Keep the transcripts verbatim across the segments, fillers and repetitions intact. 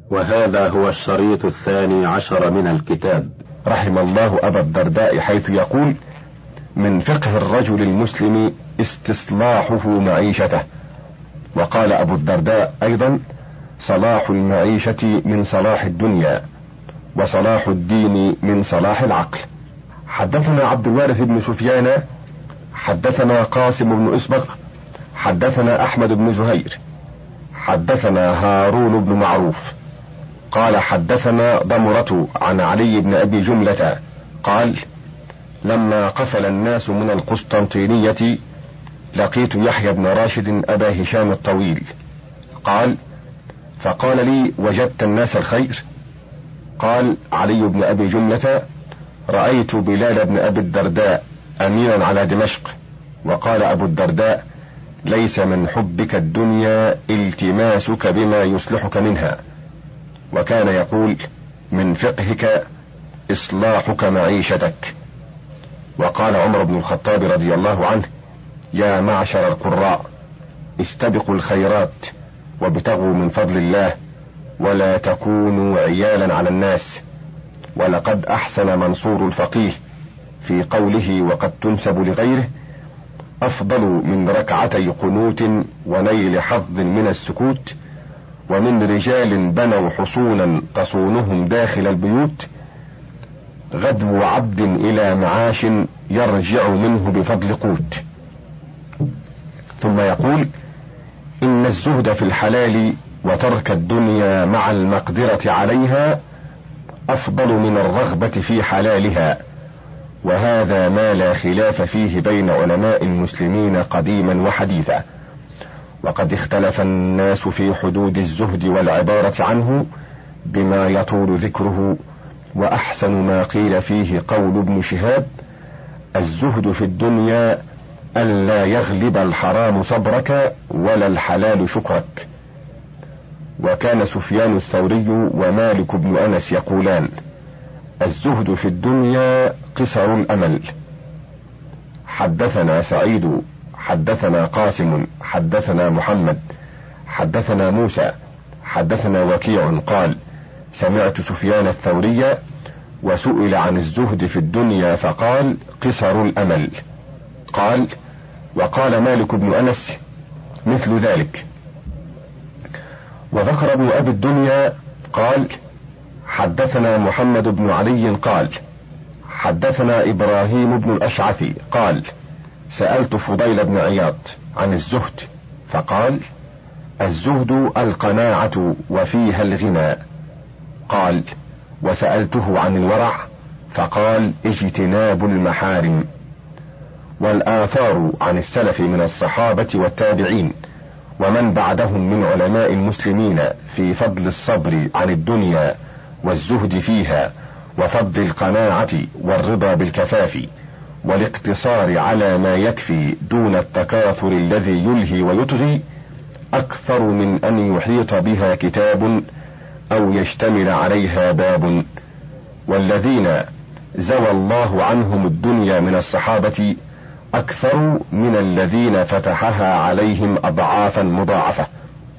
وهذا هو الشريط الثاني عشر من الكتاب. رحم الله أبا الدرداء حيث يقول: من فقه الرجل المسلم استصلاحه معيشته. وقال أبو الدرداء أيضا: صلاح المعيشة من صلاح الدنيا، وصلاح الدين من صلاح العقل. حدثنا عبد الوارث بن سفيان حدثنا قاسم بن إسبق حدثنا أحمد بن زهير حدثنا هارون بن معروف قال حدثنا ضمرة عن علي بن أبي جملة قال: لما قفل الناس من القسطنطينية لقيت يحيى بن راشد أبا هشام الطويل قال: فقال لي: وجدت الناس الخير؟ قال علي بن أبي جملة: رأيت بلال بن أبي الدرداء أميرا على دمشق. وقال أبو الدرداء: ليس من حبك الدنيا التماسك بما يصلحك منها. وكان يقول: من فقهك إصلاحك معيشتك. وقال عمر بن الخطاب رضي الله عنه: يا معشر القراء، استبقوا الخيرات وابتغوا من فضل الله، ولا تكونوا عيالا على الناس. ولقد أحسن منصور الفقيه في قوله وقد تنسب لغيره: أفضل من ركعتي قنوت ونيل حظ من السكوت، ومن رجال بنوا حصونا تصونهم داخل البيوت، غدو عبد إلى معاش يرجع منه بفضل قوت. ثم يقول: إن الزهد في الحلال وترك الدنيا مع المقدرة عليها أفضل من الرغبة في حلالها، وهذا ما لا خلاف فيه بين علماء المسلمين قديما وحديثا. وقد اختلف الناس في حدود الزهد والعبارة عنه بما يطول ذكره، وأحسن ما قيل فيه قول ابن شهاب: الزهد في الدنيا ألا يغلب الحرام صبرك ولا الحلال شكرك. وكان سفيان الثوري ومالك بن أنس يقولان: الزهد في الدنيا قصر الأمل. حدثنا سعيد حدثنا قاسم حدثنا محمد حدثنا موسى حدثنا وكيع قال: سمعت سفيان الثوري وسئل عن الزهد في الدنيا فقال: قصر الأمل. قال: وقال مالك بن أنس مثل ذلك. وذكر ابن أبي الدنيا قال: حدثنا محمد بن علي قال: حدثنا إبراهيم بن الأشعث قال: سألت فضيل بن عياض عن الزهد فقال: الزهد القناعة وفيها الغنى. قال: وسألته عن الورع فقال: اجتناب المحارم. والآثار عن السلف من الصحابة والتابعين ومن بعدهم من علماء المسلمين في فضل الصبر عن الدنيا والزهد فيها، وفضل القناعة والرضا بالكفاف، والاقتصار على ما يكفي دون التكاثر الذي يلهي ويطغي، أكثر من أن يحيط بها كتاب أو يشتمل عليها باب. والذين زوى الله عنهم الدنيا من الصحابة أكثر من الذين فتحها عليهم أضعافا مضاعفة.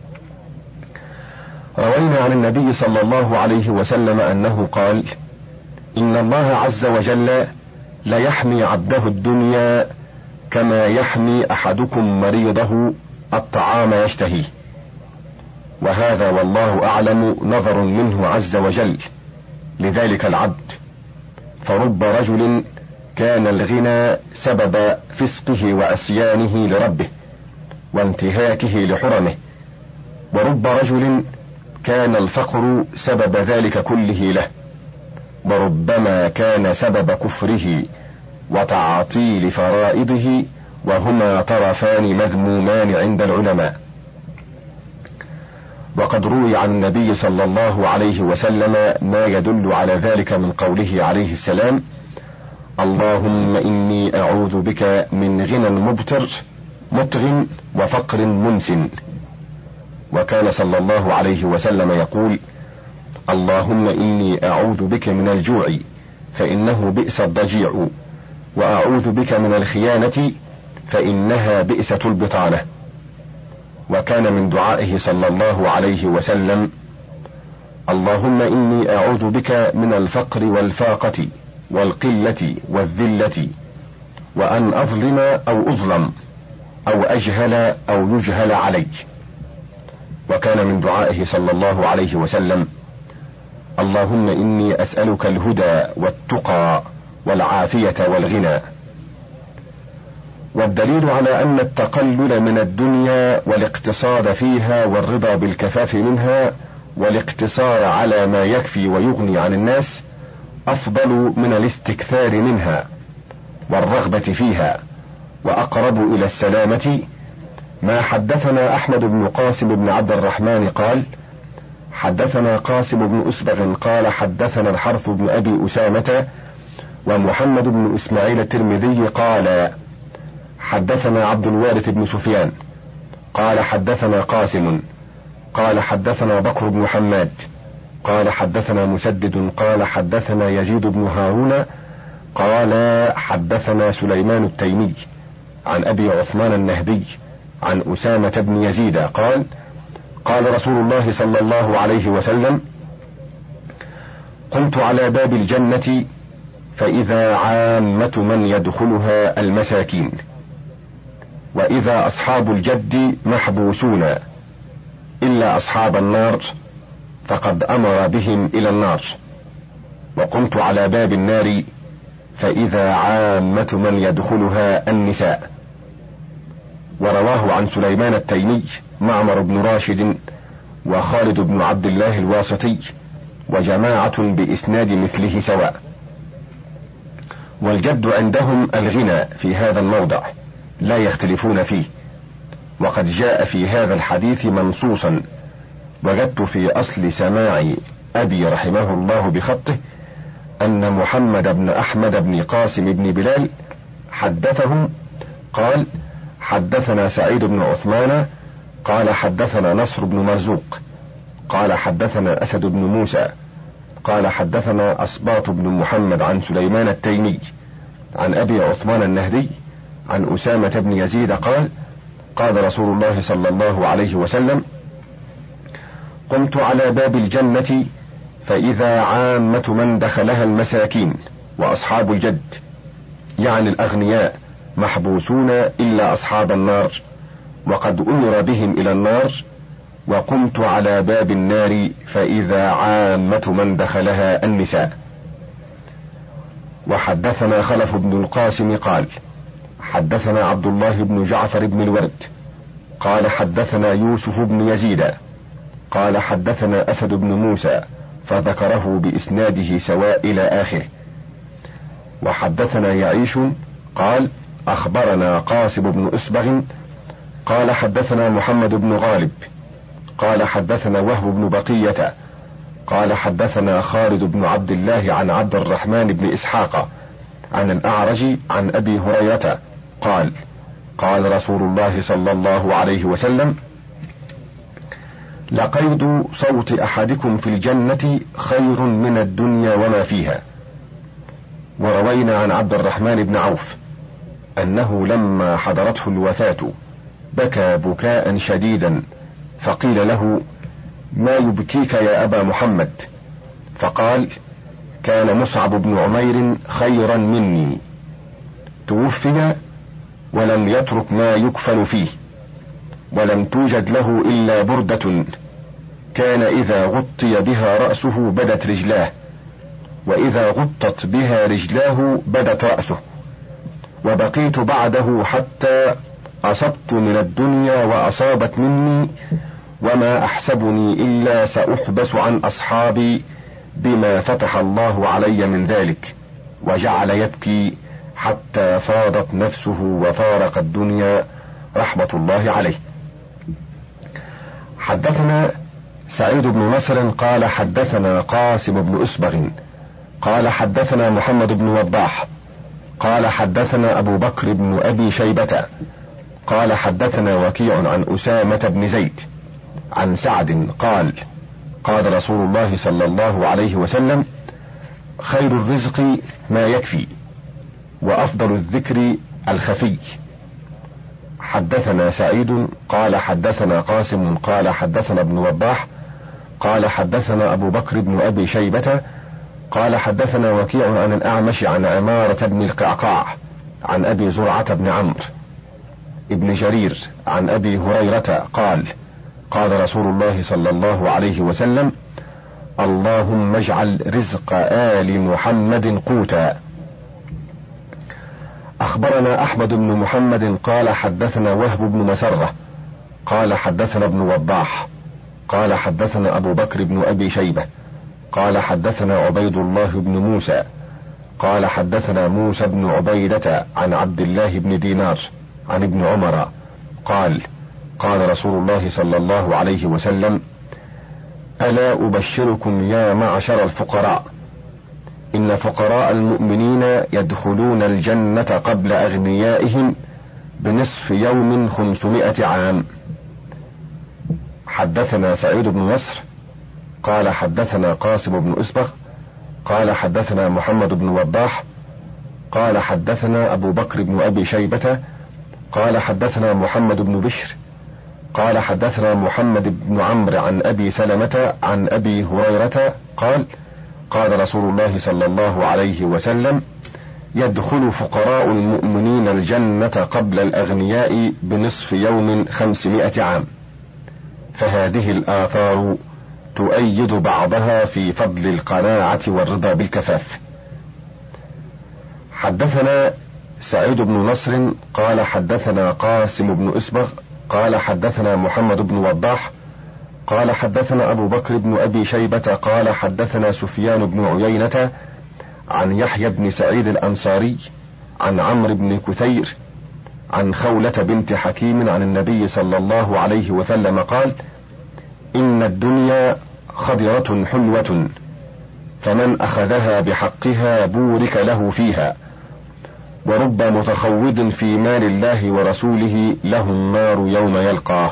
روينا عن النبي صلى الله عليه وسلم أنه قال: إن الله عز وجل لا يحمي عبده الدنيا كما يحمي أحدكم مريضه الطعام يشتهيه. وهذا والله أعلم نظر منه عز وجل لذلك العبد. فرب رجل كان الغنى سبب فسقه وعصيانه لربه وانتهاكه لحرمه، ورب رجل كان الفقر سبب ذلك كله له، وربما كان سبب كفره وتعاطيل فرائضه، وهما طرفان مذمومان عند العلماء. وقد روي عن النبي صلى الله عليه وسلم ما يدل على ذلك من قوله عليه السلام: اللهم إني أعوذ بك من غنى مبتر مطغ وفقر منسن. وكان صلى الله عليه وسلم يقول: اللهم إني أعوذ بك من الجوع فإنه بئس الضجيع، وأعوذ بك من الخيانة فإنها بئسة البطانة. وكان من دعائه صلى الله عليه وسلم: اللهم إني أعوذ بك من الفقر والفاقة والقلة والذلة، وأن أظلم أو أظلم أو أجهل أو يجهل علي. وكان من دعائه صلى الله عليه وسلم: اللهم إني أسألك الهدى والتقى والعافية والغنى. والدليل على أن التقلل من الدنيا والاقتصاد فيها والرضا بالكفاف منها والاقتصار على ما يكفي ويغني عن الناس أفضل من الاستكثار منها والرغبة فيها وأقرب إلى السلامة، ما حدثنا أحمد بن قاسم بن عبد الرحمن قال: حدثنا قاسم بن أسبغ قال حدثنا الحرث بن أبي أسامة ومحمد بن إسماعيل الترمذي قال حدثنا عبد الوارث بن سفيان قال حدثنا قاسم قال حدثنا بكر بن حماد قال حدثنا مسدد قال حدثنا يزيد بن هارون قال حدثنا سليمان التيمي عن أبي عثمان النهدي عن أسامة بن يزيد قال: قال رسول الله صلى الله عليه وسلم: قمت على باب الجنة فإذا عامة من يدخلها المساكين، وإذا أصحاب الجد محبوسون، إلا أصحاب النار فقد أمر بهم إلى النار. وقمت على باب النار فإذا عامة من يدخلها النساء. ورواه عن سليمان التيمي معمر بن راشد وخالد بن عبد الله الواسطي وجماعة بإسناد مثله سواء. والجد عندهم الغنى في هذا الموضع لا يختلفون فيه، وقد جاء في هذا الحديث منصوصا. وجدت في أصل سماع أبي رحمه الله بخطه أن محمد بن أحمد بن قاسم بن بلال حدثهم قال: حدثنا سعيد بن عثمان قال حدثنا نصر بن مرزوق قال حدثنا أسد بن موسى قال حدثنا أصباط بن محمد عن سليمان التيمي عن أبي عثمان النهدي عن أسامة بن يزيد قال: قال رسول الله صلى الله عليه وسلم: قمت على باب الجنة فإذا عامة من دخلها المساكين وأصحاب الجد، يعني الأغنياء، محبوسون إلا أصحاب النار وقد أمر بهم إلى النار. وقمت على باب النار فإذا عامة من دخلها النساء. وحدثنا خلف بن القاسم قال: حدثنا عبد الله بن جعفر بن الورد قال حدثنا يوسف بن يزيد قال حدثنا أسد بن موسى، فذكره بإسناده سواء إلى آخره. وحدثنا يعيش قال أخبرنا قاسم بن أسبغ قال حدثنا محمد بن غالب قال حدثنا وهب بن بقية قال حدثنا خالد بن عبد الله عن عبد الرحمن بن إسحاق عن الأعرج عن أبي هريرة قال: قال رسول الله صلى الله عليه وسلم: لقيد صوت أحدكم في الجنة خير من الدنيا وما فيها. وروينا عن عبد الرحمن بن عوف أنه لما حضرته الوفاة بكى بكاء شديدا، فقيل له: ما يبكيك يا أبا محمد؟ فقال: كان مصعب بن عمير خيرا مني، توفي ولم يترك ما يكفن فيه، ولم توجد له إلا بردة كان إذا غطي بها رأسه بدت رجلاه، وإذا غطت بها رجلاه بدت رأسه. وبقيت بعده حتى أصبت من الدنيا وأصابت مني، وما أحسبني إلا سأحبس عن أصحابي بما فتح الله علي من ذلك. وجعل يبكي حتى فاضت نفسه وفارق الدنيا رحمة الله عليه. حدثنا سعيد بن نصر قال حدثنا قاسم بن أسبغ قال حدثنا محمد بن وضاح قال حدثنا أبو بكر بن أبي شيبة قال حدثنا وكيع عن أسامة بن زيد عن سعد قال: قال رسول الله صلى الله عليه وسلم: خير الرزق ما يكفي، وأفضل الذكر الخفي. حدثنا سعيد قال حدثنا قاسم قال حدثنا ابن وضاح قال حدثنا أبو بكر بن أبي شيبة قال حدثنا وكيع عن الأعمش عن عمارة بن القعقاع عن أبي زرعة بن عمرو ابن جرير عن أبي هريرة قال قال رسول الله صلى الله عليه وسلم: اللهم اجعل رزق آل محمد قوتا. أخبرنا أحمد بن محمد قال حدثنا وهب بن مسرة قال حدثنا ابن وضاح قال حدثنا أبو بكر بن أبي شيبة قال حدثنا عبيد الله بن موسى قال حدثنا موسى بن عبيدة عن عبد الله بن دينار عن ابن عمر قال قال رسول الله صلى الله عليه وسلم: ألا أبشركم يا معشر الفقراء إن فقراء المؤمنين يدخلون الجنة قبل أغنيائهم بنصف يوم خمسمائة عام. حدثنا سعيد بن نصر قال حدثنا قاسم بن أسبغ قال حدثنا محمد بن وضاح قال حدثنا أبو بكر بن أبي شيبة قال حدثنا محمد بن بشر قال حدثنا محمد بن عمرو عن أبي سلمة عن أبي هريرة قال قال رسول الله صلى الله عليه وسلم: يدخل فقراء المؤمنين الجنة قبل الأغنياء بنصف يوم خمسمائة عام. فهذه الآثار تؤيد بعضها في فضل القناعة والرضا بالكفاف. حدثنا سعيد بن نصر قال حدثنا قاسم بن أسبغ قال حدثنا محمد بن وضاح قال حدثنا أبو بكر بن أبي شيبة قال حدثنا سفيان بن عيينة عن يحيى بن سعيد الأنصاري عن عمرو بن كثير عن خولة بنت حكيم عن النبي صلى الله عليه وسلم قال: إن الدنيا خضرة حلوة، فمن أخذها بحقها بورك له فيها، ورب متخوض في مال الله ورسوله له النار يوم يلقاه.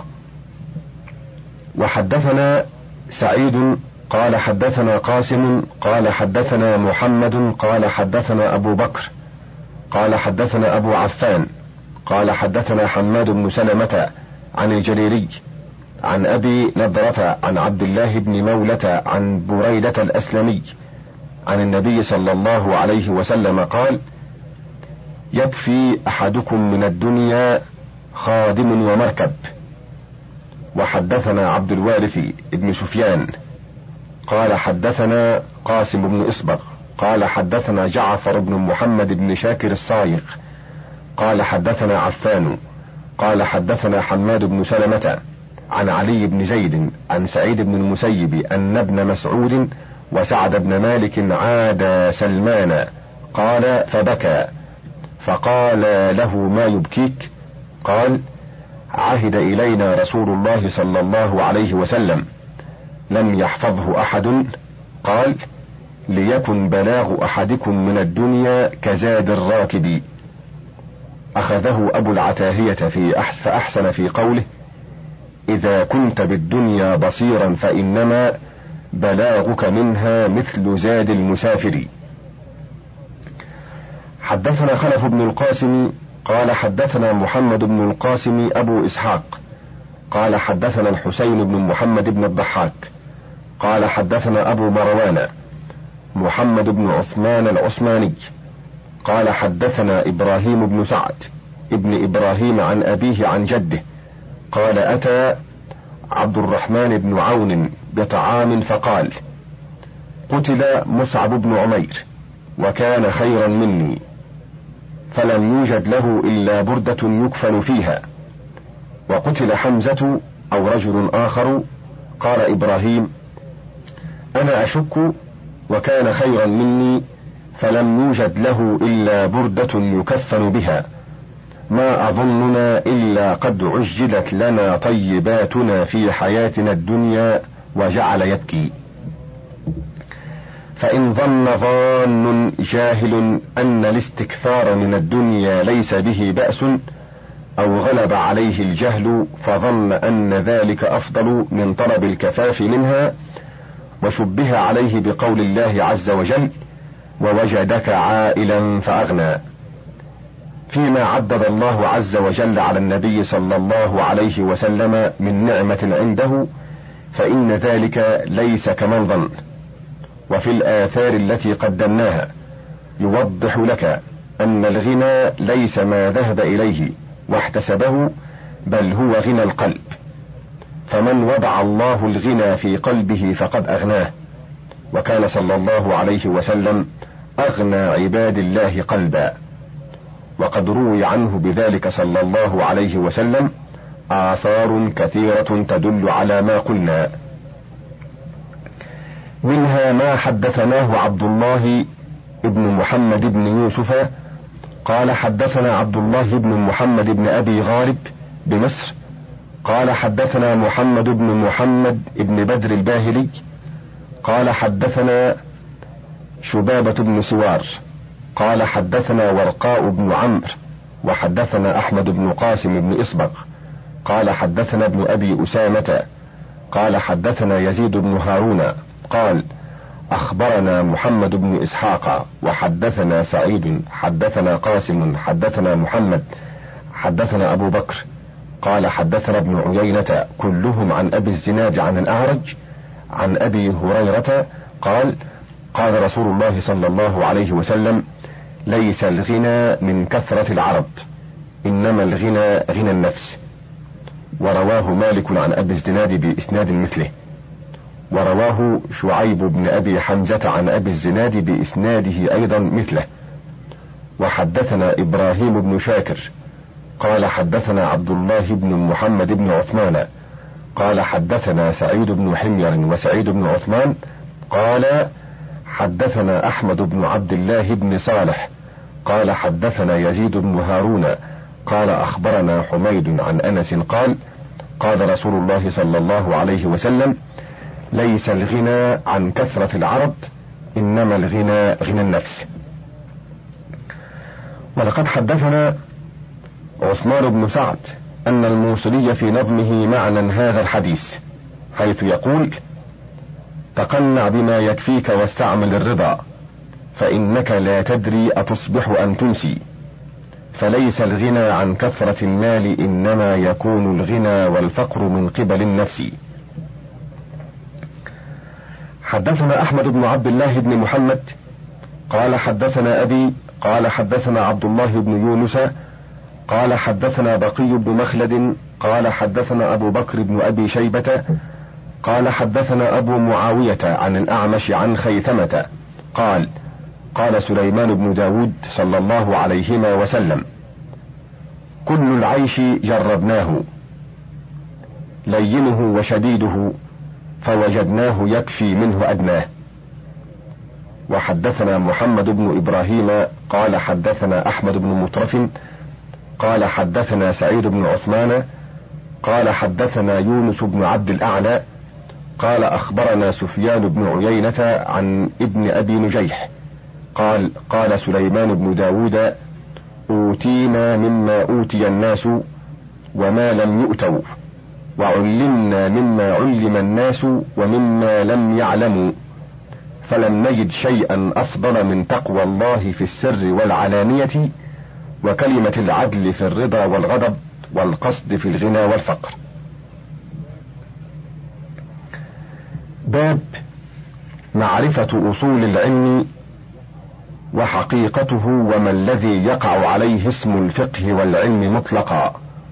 وحدثنا سعيد قال حدثنا قاسم قال حدثنا محمد قال حدثنا أبو بكر قال حدثنا أبو عفان قال حدثنا حماد بن سلمة عن الجريري عن أبي نضرة عن عبد الله بن مولة عن بريدة الأسلمي عن النبي صلى الله عليه وسلم قال: يكفي أحدكم من الدنيا خادم ومركب. وحدثنا عبد الوارث بن سفيان قال حدثنا قاسم بن إصبغ قال حدثنا جعفر بن محمد بن شاكر الصايغ قال حدثنا عفان قال حدثنا حماد بن سلمة عن علي بن زيد عن سعيد بن المسيب أن ابن مسعود وسعد بن مالك عاد سلمان قال فبكى فقال له: ما يبكيك؟ قال: عهد إلينا رسول الله صلى الله عليه وسلم لم يحفظه أحد، قال: ليكن بلاغ أحدكم من الدنيا كزاد الراكب. أخذه أبو العتاهية في أحس فأحسن في قوله: إذا كنت بالدنيا بصيرا فإنما بلاغك منها مثل زاد المسافر. حدثنا خلف بن القاسم قال حدثنا محمد بن القاسم أبو إسحاق قال حدثنا الحسين بن محمد بن الضحاك قال حدثنا أبو مروان محمد بن عثمان العثماني قال حدثنا إبراهيم بن سعد ابن إبراهيم عن أبيه عن جده قال: أتى عبد الرحمن بن عون بطعام فقال: قتل مصعب بن عمير وكان خيرا مني، فلم يوجد له إلا بردة يكفن فيها، وقتل حمزة أو رجل آخر. قال إبراهيم: أنا أشك وكان خيرا مني، فلم يوجد له إلا بردة يكفن بها، ما أظننا إلا قد عجلت لنا طيباتنا في حياتنا الدنيا. وجعل يبكي. فإن ظن ظان جاهل أن الاستكثار من الدنيا ليس به بأس، أو غلب عليه الجهل فظن أن ذلك أفضل من طلب الكفاف منها، وشبه عليه بقول الله عز وجل: ووجدك عائلا فأغنى، فيما عدد الله عز وجل على النبي صلى الله عليه وسلم من نعمة عنده فإن ذلك ليس كمن ظن. وفي الآثار التي قدمناها يوضح لك أن الغنى ليس ما ذهب إليه واحتسبه، بل هو غنى القلب، فمن وضع الله الغنى في قلبه فقد أغناه، وكان صلى الله عليه وسلم أغنى عباد الله قلبا، وقد روي عنه بذلك صلى الله عليه وسلم آثار كثيرة تدل على ما قلنا. منها ما حدثناه عبد الله ابن محمد بن يوسف قال حدثنا عبد الله بن محمد بن أبي غالب بمصر قال حدثنا محمد بن محمد بن بدر الباهلي قال حدثنا شبابة بن سوار قال حدثنا ورقاء بن عمرو وحدثنا أحمد بن قاسم بن إصبغ قال حدثنا ابن أبي أسامة قال حدثنا يزيد بن هارون قال أخبرنا محمد بن إسحاق وحدثنا سعيد حدثنا قاسم حدثنا محمد حدثنا أبو بكر قال حدثنا ابن عيينة كلهم عن أبي الزناد عن الأعرج عن أبي هريرة قال قال رسول الله صلى الله عليه وسلم ليس الغنى من كثرة العرض، إنما الغنى غنى النفس. ورواه مالك عن أبي الزناد بإسناد مثله، ورواه شعيب بن أبي حمزة عن أبي الزناد بإسناده أيضا مثله. وحدثنا إبراهيم بن شاكر قال حدثنا عبد الله بن محمد بن عثمان قال حدثنا سعيد بن حمير وسعيد بن عثمان قال حدثنا أحمد بن عبد الله بن صالح قال حدثنا يزيد بن هارون قال أخبرنا حميد عن أنس قال قال رسول الله صلى الله عليه وسلم ليس الغنى عن كثرة العرض، إنما الغنى غنى النفس. ولقد حدثنا عثمان بن سعد أن الموصلي في نظمه معنى هذا الحديث حيث يقول تقنع بما يكفيك واستعمل الرضا، فإنك لا تدري أتصبح أم تمسي، فليس الغنى عن كثرة المال، إنما يكون الغنى والفقر من قبل النفس. حدثنا أحمد بن عبد الله بن محمد قال حدثنا أبي قال حدثنا عبد الله بن يونس قال حدثنا بقي بن مخلد قال حدثنا أبو بكر بن أبي شيبة قال حدثنا أبو معاوية عن الأعمش عن خيثمة قال قال سليمان بن داود صلى الله عليهما وسلم كل العيش جربناه لينه وشديده فوجدناه يكفي منه أدناه. وحدثنا محمد بن إبراهيم قال حدثنا أحمد بن مطرف قال حدثنا سعيد بن عثمان قال حدثنا يونس بن عبد الأعلى قال أخبرنا سفيان بن عيينة عن ابن أبي نجيح قال قال سليمان بن داود أوتينا مما أوتي الناس وما لم يؤتوا، وعلمنا مما علم الناس ومما لم يعلموا، فلم نجد شيئا أفضل من تقوى الله في السر والعلانية، وكلمة العدل في الرضا والغضب، والقصد في الغنى والفقر. باب معرفة أصول العلم وحقيقته وما الذي يقع عليه اسم الفقه والعلم مطلقا.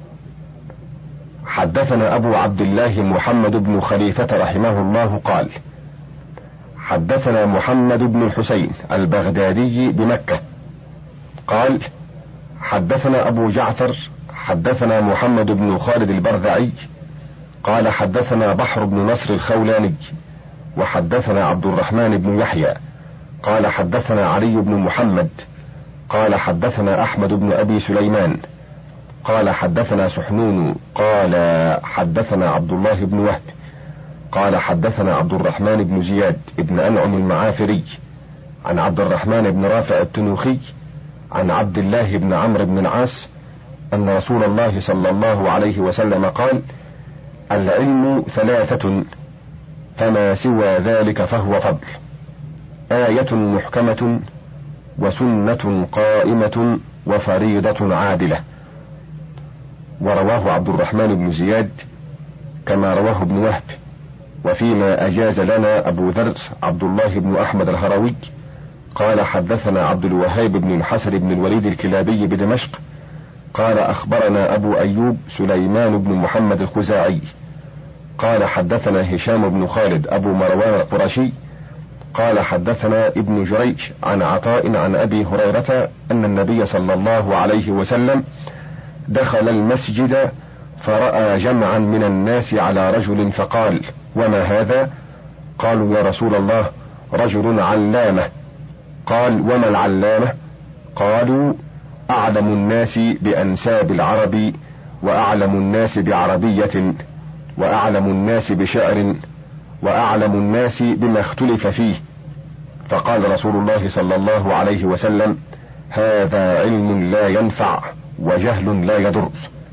حدثنا أبو عبد الله محمد بن خليفة رحمه الله قال حدثنا محمد بن الحسين البغدادي بمكة قال حدثنا أبو جعفر حدثنا محمد بن خالد البرذعي قال حدثنا بحر بن نصر الخولاني وحدثنا عبد الرحمن بن يحيى قال حدثنا علي بن محمد قال حدثنا أحمد بن أبي سليمان قال حدثنا سحنون قال حدثنا عبد الله بن وهب قال حدثنا عبد الرحمن بن زياد بن أنعم المعافري عن عبد الرحمن بن رافع التنوخي عن عبد الله بن عمرو بن العاص أن رسول الله صلى الله عليه وسلم قال العلم ثلاثة فما سوى ذلك فهو فضل، آية محكمة وسنة قائمة وفريضة عادلة. ورواه عبد الرحمن بن زياد كما رواه ابن وهب وفيما أجاز لنا أبو ذر عبد الله بن أحمد الهروي قال حدثنا عبد الوهاب بن الحسن بن الوليد الكلابي بدمشق قال أخبرنا أبو أيوب سليمان بن محمد الخزاعي قال حدثنا هشام بن خالد أبو مروان القرشي قال حدثنا ابن جريج عن عطاء عن أبي هريرة أن النبي صلى الله عليه وسلم دخل المسجد فرأى جمعا من الناس على رجل فقال: وما هذا؟ قالوا: يا رسول الله رجل علامة. قال: وما العلامة؟ قالوا: أعلم الناس بأنساب العرب، وأعلم الناس بعربية، وأعلم الناس بشعر، وأعلم الناس بما اختلف فيه. فقال رسول الله صلى الله عليه وسلم: هذا علم لا ينفع وجهل لا يضر.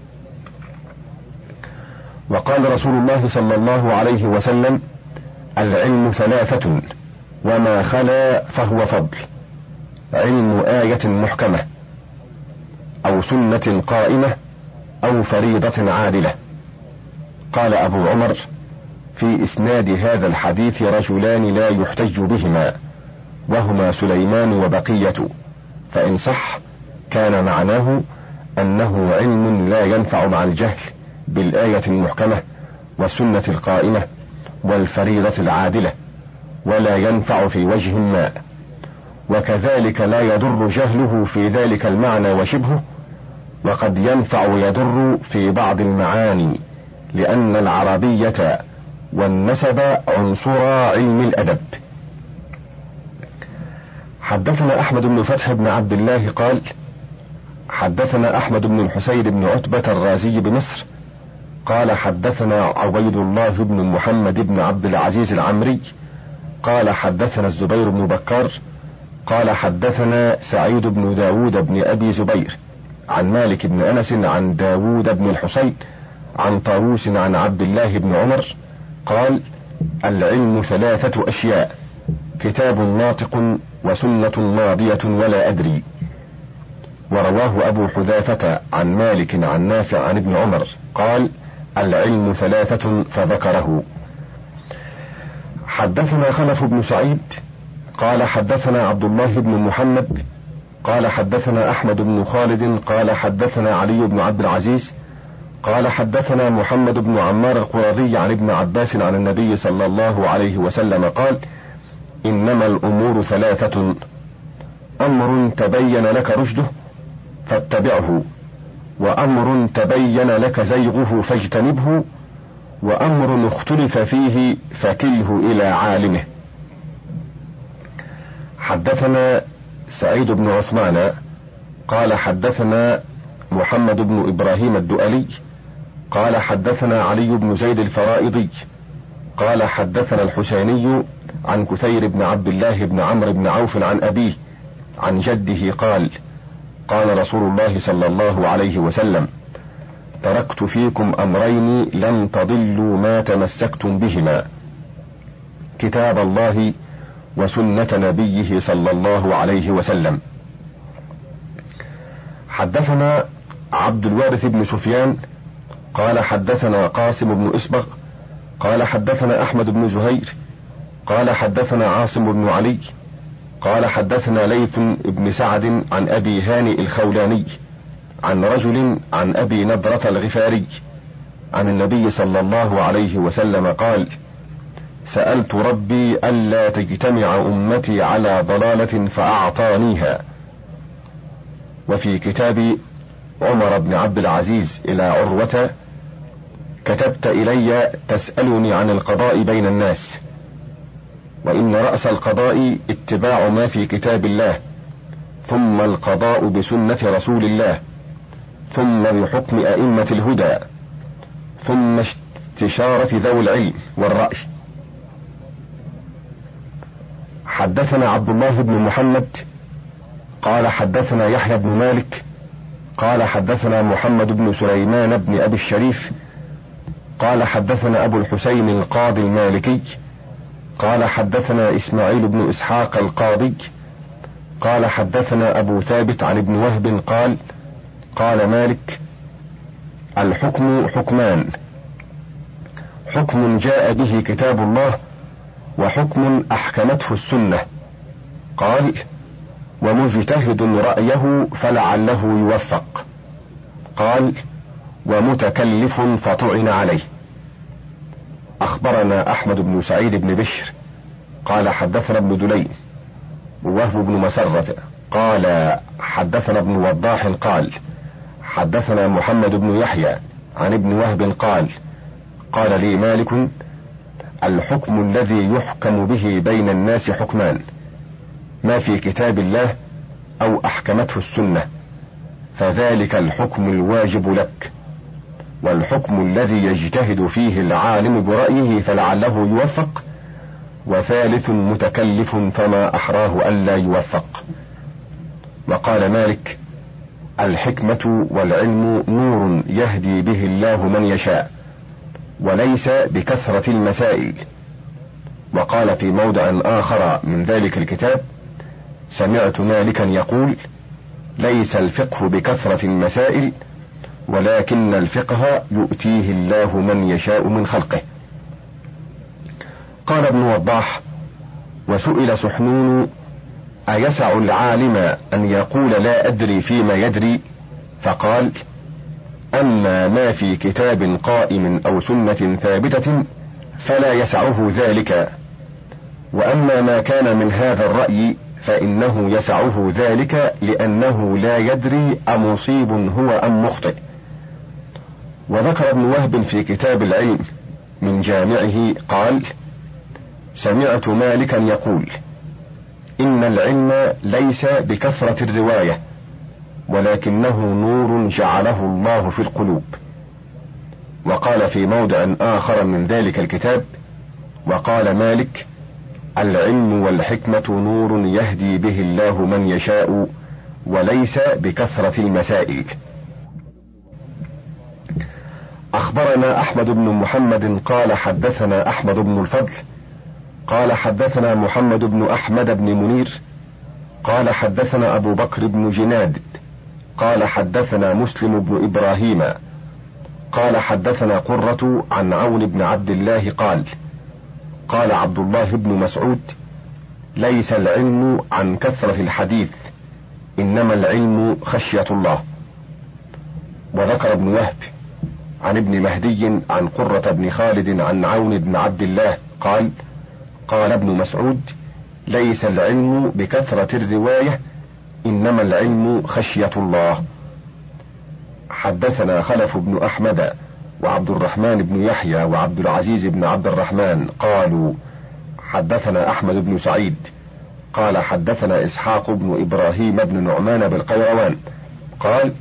وقال رسول الله صلى الله عليه وسلم: العلم ثلاثة وما خلا فهو فضل: علم آية محكمة، أو سنة قائمة، أو فريضة عادلة. قال أبو عمر: في إسناد هذا الحديث رجلان لا يحتج بهما، وهما سليمان وبقية، فإن صح كان معناه أنه علم لا ينفع مع الجهل بالآية المحكمة والسنة القائمة والفريضة العادلة، ولا ينفع في وجه ما، وكذلك لا يضر جهله في ذلك المعنى وشبهه، وقد ينفع ويضر في بعض المعاني، لأن العربية والنسب عنصر علم الأدب. حدثنا أحمد بن فتح بن عبد الله قال: حدثنا أحمد بن الحسين بن عتبة الرازي بمصر قال حدثنا عبيد الله بن محمد بن عبد العزيز العمري قال حدثنا الزبير بن بكار قال حدثنا سعيد بن داود بن أبي زبير عن مالك بن أنس عن داود بن الحسين عن طاووس عن عبد الله بن عمر قال: العلم ثلاثة أشياء: كتاب ناطق، وسنة ماضية ولا أدري. ورواه أبو حذافة عن مالك عن نافع عن ابن عمر قال: العلم ثلاثة فذكره. حدثنا خلف بن سعيد قال حدثنا عبد الله بن محمد قال حدثنا أحمد بن خالد قال حدثنا علي بن عبد العزيز قال حدثنا محمد بن عمار القرظي عن ابن عباس عن النبي صلى الله عليه وسلم قال: إنما الأمور ثلاثة: أمر تبين لك رشده فاتبعه، وأمر تبين لك زيغه فاجتنبه، وأمر اختلف فيه فكله إلى عالمه. حدثنا سعيد بن عثمان قال حدثنا محمد بن إبراهيم الدؤلي قال حدثنا علي بن زيد الفرائضي قال حدثنا الحسيني عن كثير بن عبد الله بن عمرو بن عوف عن أبيه عن جده قال: قال رسول الله صلى الله عليه وسلم: تركت فيكم أمرين لم تضلوا ما تمسكتم بهما: كتاب الله وسنة نبيه صلى الله عليه وسلم. حدثنا عبد الوارث بن سفيان قال حدثنا قاسم بن إسبغ قال حدثنا أحمد بن زهير قال حدثنا عاصم بن علي قال حدثنا ليث بن سعد عن أبي هانئ الخولاني عن رجل عن أبي نضرة الغفاري عن النبي صلى الله عليه وسلم قال: سألت ربي ألا تجتمع أمتي على ضلالة فأعطانيها. وفي كتاب عمر بن عبد العزيز إلى عروة: كتبت إلي تسألني عن القضاء بين الناس، وإن رأس القضاء اتباع ما في كتاب الله، ثم القضاء بسنة رسول الله، ثم بحكم أئمة الهدى، ثم استشارة ذوي العلم والرأي. حدثنا عبد الله بن محمد قال حدثنا يحيى بن مالك قال حدثنا محمد بن سليمان بن أبي الشريف قال حدثنا أبو الحسين القاضي المالكي قال حدثنا إسماعيل بن إسحاق القاضي قال حدثنا أبو ثابت عن ابن وهب قال: قال مالك: الحكم حكمان: حكم جاء به كتاب الله وحكم أحكمته السنة. قال: ومجتهد رأيه فلعله يوفق. قال: ومتكلف فطعن عليه. أخبرنا أحمد بن سعيد بن بشر قال حدثنا ابن دليل ووهب بن مسرة قال حدثنا ابن وضاح قال حدثنا محمد بن يحيى عن ابن وهب قال قال لي مالك: الحكم الذي يحكم به بين الناس حكمان: ما في كتاب الله أو أحكمته السنة، فذلك الحكم الواجب لك، والحكم الذي يجتهد فيه العالم برأيه فلعله يوفق، وثالث متكلف فما أحراه ألا يوفق. وقال مالك: الحكمة والعلم نور يهدي به الله من يشاء، وليس بكثرة المسائل. وقال في موضع آخر من ذلك الكتاب: سمعت مالكا يقول: ليس الفقه بكثرة المسائل، ولكن الفقه يؤتيه الله من يشاء من خلقه. قال ابن وضاح: وسئل سحنون: أيسع العالم أن يقول لا أدري فيما يدري؟ فقال: أما ما في كتاب قائم أو سنة ثابتة فلا يسعه ذلك، وأما ما كان من هذا الرأي فإنه يسعه ذلك، لأنه لا يدري أمصيب هو أم مخطئ. وذكر ابن وهب في كتاب العلم من جامعه قال: سمعت مالكا يقول: إن العلم ليس بكثرة الرواية، ولكنه نور جعله الله في القلوب. وقال في موضع آخر من ذلك الكتاب: وقال مالك: العلم والحكمة نور يهدي به الله من يشاء، وليس بكثرة المسائل. أخبرنا أحمد بن محمد قال حدثنا أحمد بن الفضل قال حدثنا محمد بن أحمد بن منير قال حدثنا أبو بكر بن جناد قال حدثنا مسلم بن إبراهيم قال حدثنا قرة عن عون بن عبد الله قال قال عبد الله بن مسعود: ليس العلم عن كثرة الحديث، إنما العلم خشية الله. وذكر ابن وهب عن ابن مهدي عن قرة بن خالد عن عون بن عبد الله قال قال ابن مسعود: ليس العلم بكثرة الرواية، إنما العلم خشية الله. حدثنا خلف بن أحمد وعبد الرحمن بن يحيى وعبد العزيز بن عبد الرحمن قالوا حدثنا أحمد بن سعيد قال حدثنا إسحاق بن إبراهيم بن نعمان بالقيروان قال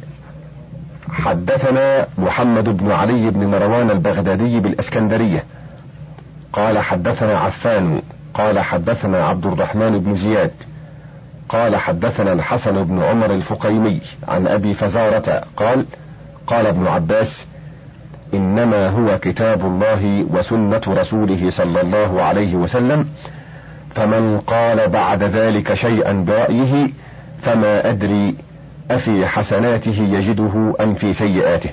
حدثنا محمد بن علي بن مروان البغدادي بالإسكندرية قال حدثنا عفان قال حدثنا عبد الرحمن بن زياد قال حدثنا الحسن بن عمر الفقيمي عن أبي فزارة قال قال ابن عباس: إنما هو كتاب الله وسنة رسوله صلى الله عليه وسلم، فمن قال بعد ذلك شيئا برأيه فما أدري أفي حسناته يجده أم في سيئاته.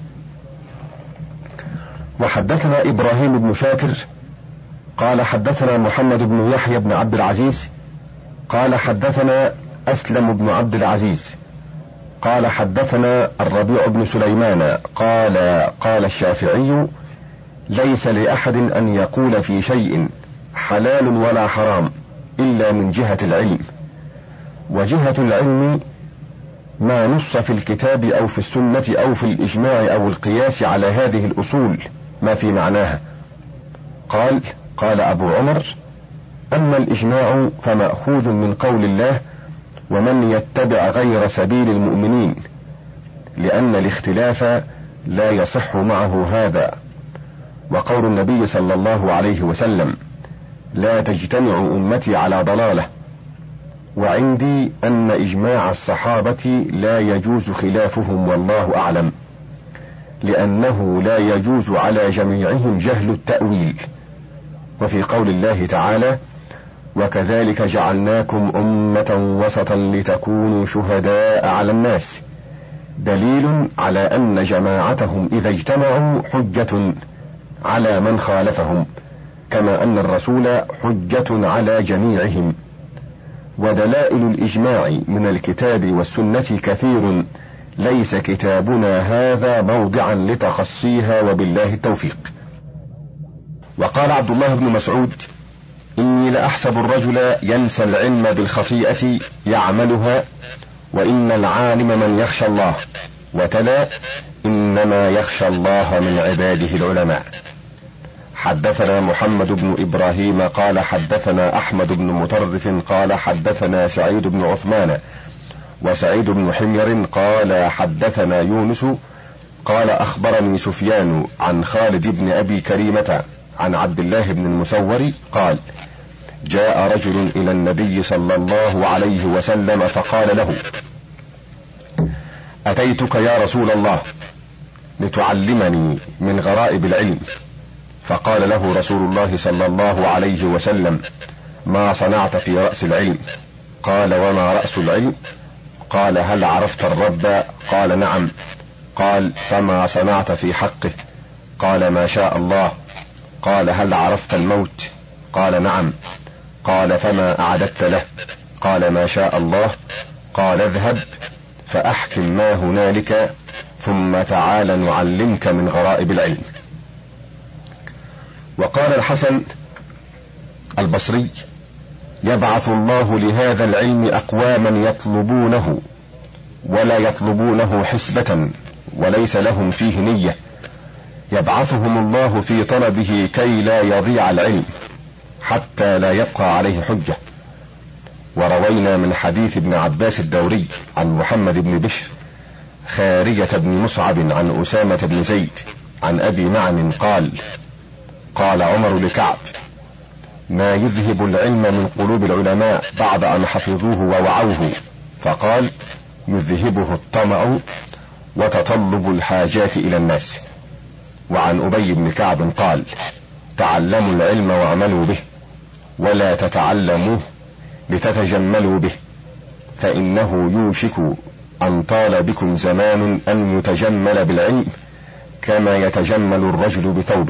وحدثنا إبراهيم بن شاكر قال حدثنا محمد بن يحيى بن عبد العزيز قال حدثنا أسلم بن عبد العزيز قال حدثنا الربيع بن سليمان قال قال الشافعي: ليس لأحد أن يقول في شيء حلال ولا حرام إلا من جهة العلم، وجهة العلم ما نص في الكتاب أو في السنة أو في الإجماع أو القياس على هذه الأصول ما في معناها. قال قال أبو عمر: أما الإجماع فمأخوذ من قول الله: ومن يتبع غير سبيل المؤمنين، لأن الاختلاف لا يصح معه هذا. وقول النبي صلى الله عليه وسلم: لا تجتمع أمتي على ضلالة. وعندي أن إجماع الصحابة لا يجوز خلافهم والله أعلم، لأنه لا يجوز على جميعهم جهل التأويل. وفي قول الله تعالى: وكذلك جعلناكم أمة وسطا لتكونوا شهداء على الناس، دليل على أن جماعتهم إذا اجتمعوا حجة على من خالفهم، كما أن الرسول حجة على جميعهم. ودلائل الإجماع من الكتاب والسنة كثير، ليس كتابنا هذا موضعا لتخصيها، وبالله التوفيق. وقال عبد الله بن مسعود: إني لأحسب الرجل ينسى العلم بالخطيئة يعملها، وإن العالم من يخشى الله، وتلا: إنما يخشى الله من عباده العلماء. حدثنا محمد بن إبراهيم قال حدثنا أحمد بن مطرف قال حدثنا سعيد بن عثمان وسعيد بن حمير قال حدثنا يونس قال أخبرني سفيان عن خالد بن أبي كريمة عن عبد الله بن المسور قال: جاء رجل إلى النبي صلى الله عليه وسلم فقال له: أتيتك يا رسول الله لتعلمني من غرائب العلم. فقال له رسول الله صلى الله عليه وسلم: ما صنعت في رأس العلم؟ قال: وما رأس العلم؟ قال: هل عرفت الرب؟ قال: نعم. قال: فما صنعت في حقه؟ قال: ما شاء الله. قال: هل عرفت الموت؟ قال: نعم. قال: فما أعددت له؟ قال: ما شاء الله. قال: اذهب فأحكم ما هنالك ثم تعال نعلمك من غرائب العلم. وقال الحسن البصري: يبعث الله لهذا العلم أقواما يطلبونه ولا يطلبونه حسبة وليس لهم فيه نية، يبعثهم الله في طلبه كي لا يضيع العلم حتى لا يبقى عليه حجة. وروينا من حديث ابن عباس الدوري عن محمد بن بشر خارجة بن مصعب عن أسامة بن زيد عن أبي معن قال: قال عمر لكعب: ما يذهب العلم من قلوب العلماء بعد أن حفظوه ووعوه؟ فقال: يذهبه الطمع وتطلب الحاجات إلى الناس. وعن أبي بن كعب قال: تعلموا العلم واعملوا به، ولا تتعلموه لتتجملوا به، فإنه يوشك أن طال بكم زمان أن يتجمل بالعلم كما يتجمل الرجل بثوبه.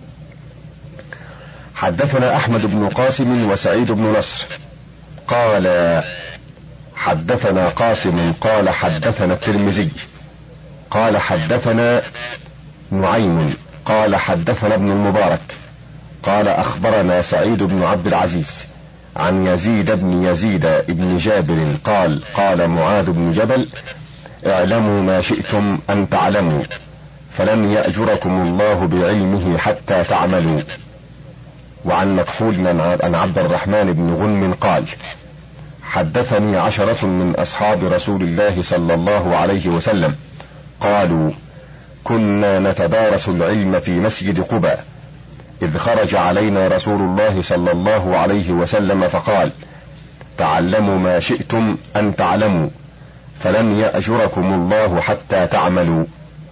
حدثنا أحمد بن قاسم وسعيد بن نصر قال حدثنا قاسم قال حدثنا الترمذي قال حدثنا نعيم قال حدثنا ابن المبارك قال أخبرنا سعيد بن عبد العزيز عن يزيد بن يزيد بن جابر قال: قال معاذ بن جبل: اعلموا ما شئتم أن تعلموا، فلن يأجركم الله بعلمه حتى تعملوا. وعن مكحول عن عبد الرحمن بن غنم قال: حدثني عشرة من أصحاب رسول الله صلى الله عليه وسلم قالوا: كنا نتدارس العلم في مسجد قباء، إذ خرج علينا رسول الله صلى الله عليه وسلم فقال: تعلموا ما شئتم أن تعلموا، فلن يأجركم الله حتى تعملوا.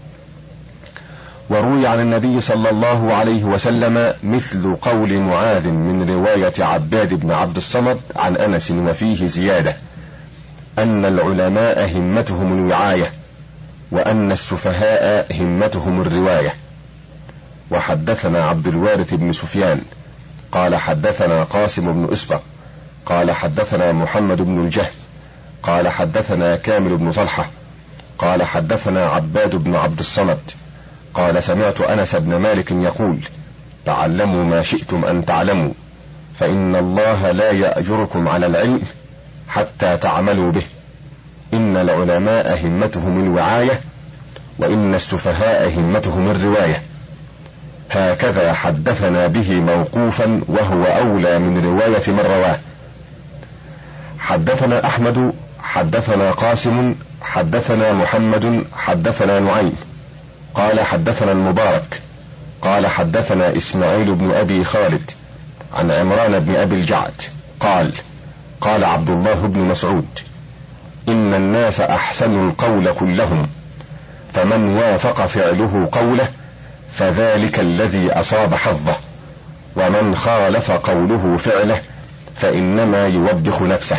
وروي عن النبي صلى الله عليه وسلم مثل قول معاذ من رواية عباد بن عبد الصمد عن أنس وفيه زيادة: أن العلماء همتهم الوعاية، وأن السفهاء همتهم الرواية. وحدثنا عبد الوارث بن سفيان قال حدثنا قاسم بن أسبق قال حدثنا محمد بن الجهل قال حدثنا كامل بن طلحة قال حدثنا عباد بن عبد الصمد قال: سمعت أنس بن مالك يقول: تعلموا ما شئتم أن تعلموا، فإن الله لا يأجركم على العلم حتى تعملوا به، إن العلماء همتهم الوعاية، وإن السفهاء همتهم الرواية. هكذا حدثنا به موقوفا، وهو أولى من رواية من رواه. حدثنا أحمد حدثنا قاسم حدثنا محمد حدثنا نعيم قال حدثنا المبارك قال حدثنا إسماعيل بن أبي خالد عن عمران بن أبي الجعد قال: قال عبد الله بن مسعود: إن الناس أحسن القول كلهم، فمن وافق فعله قوله فذلك الذي أصاب حظه، ومن خالف قوله فعله فإنما يوبخ نفسه.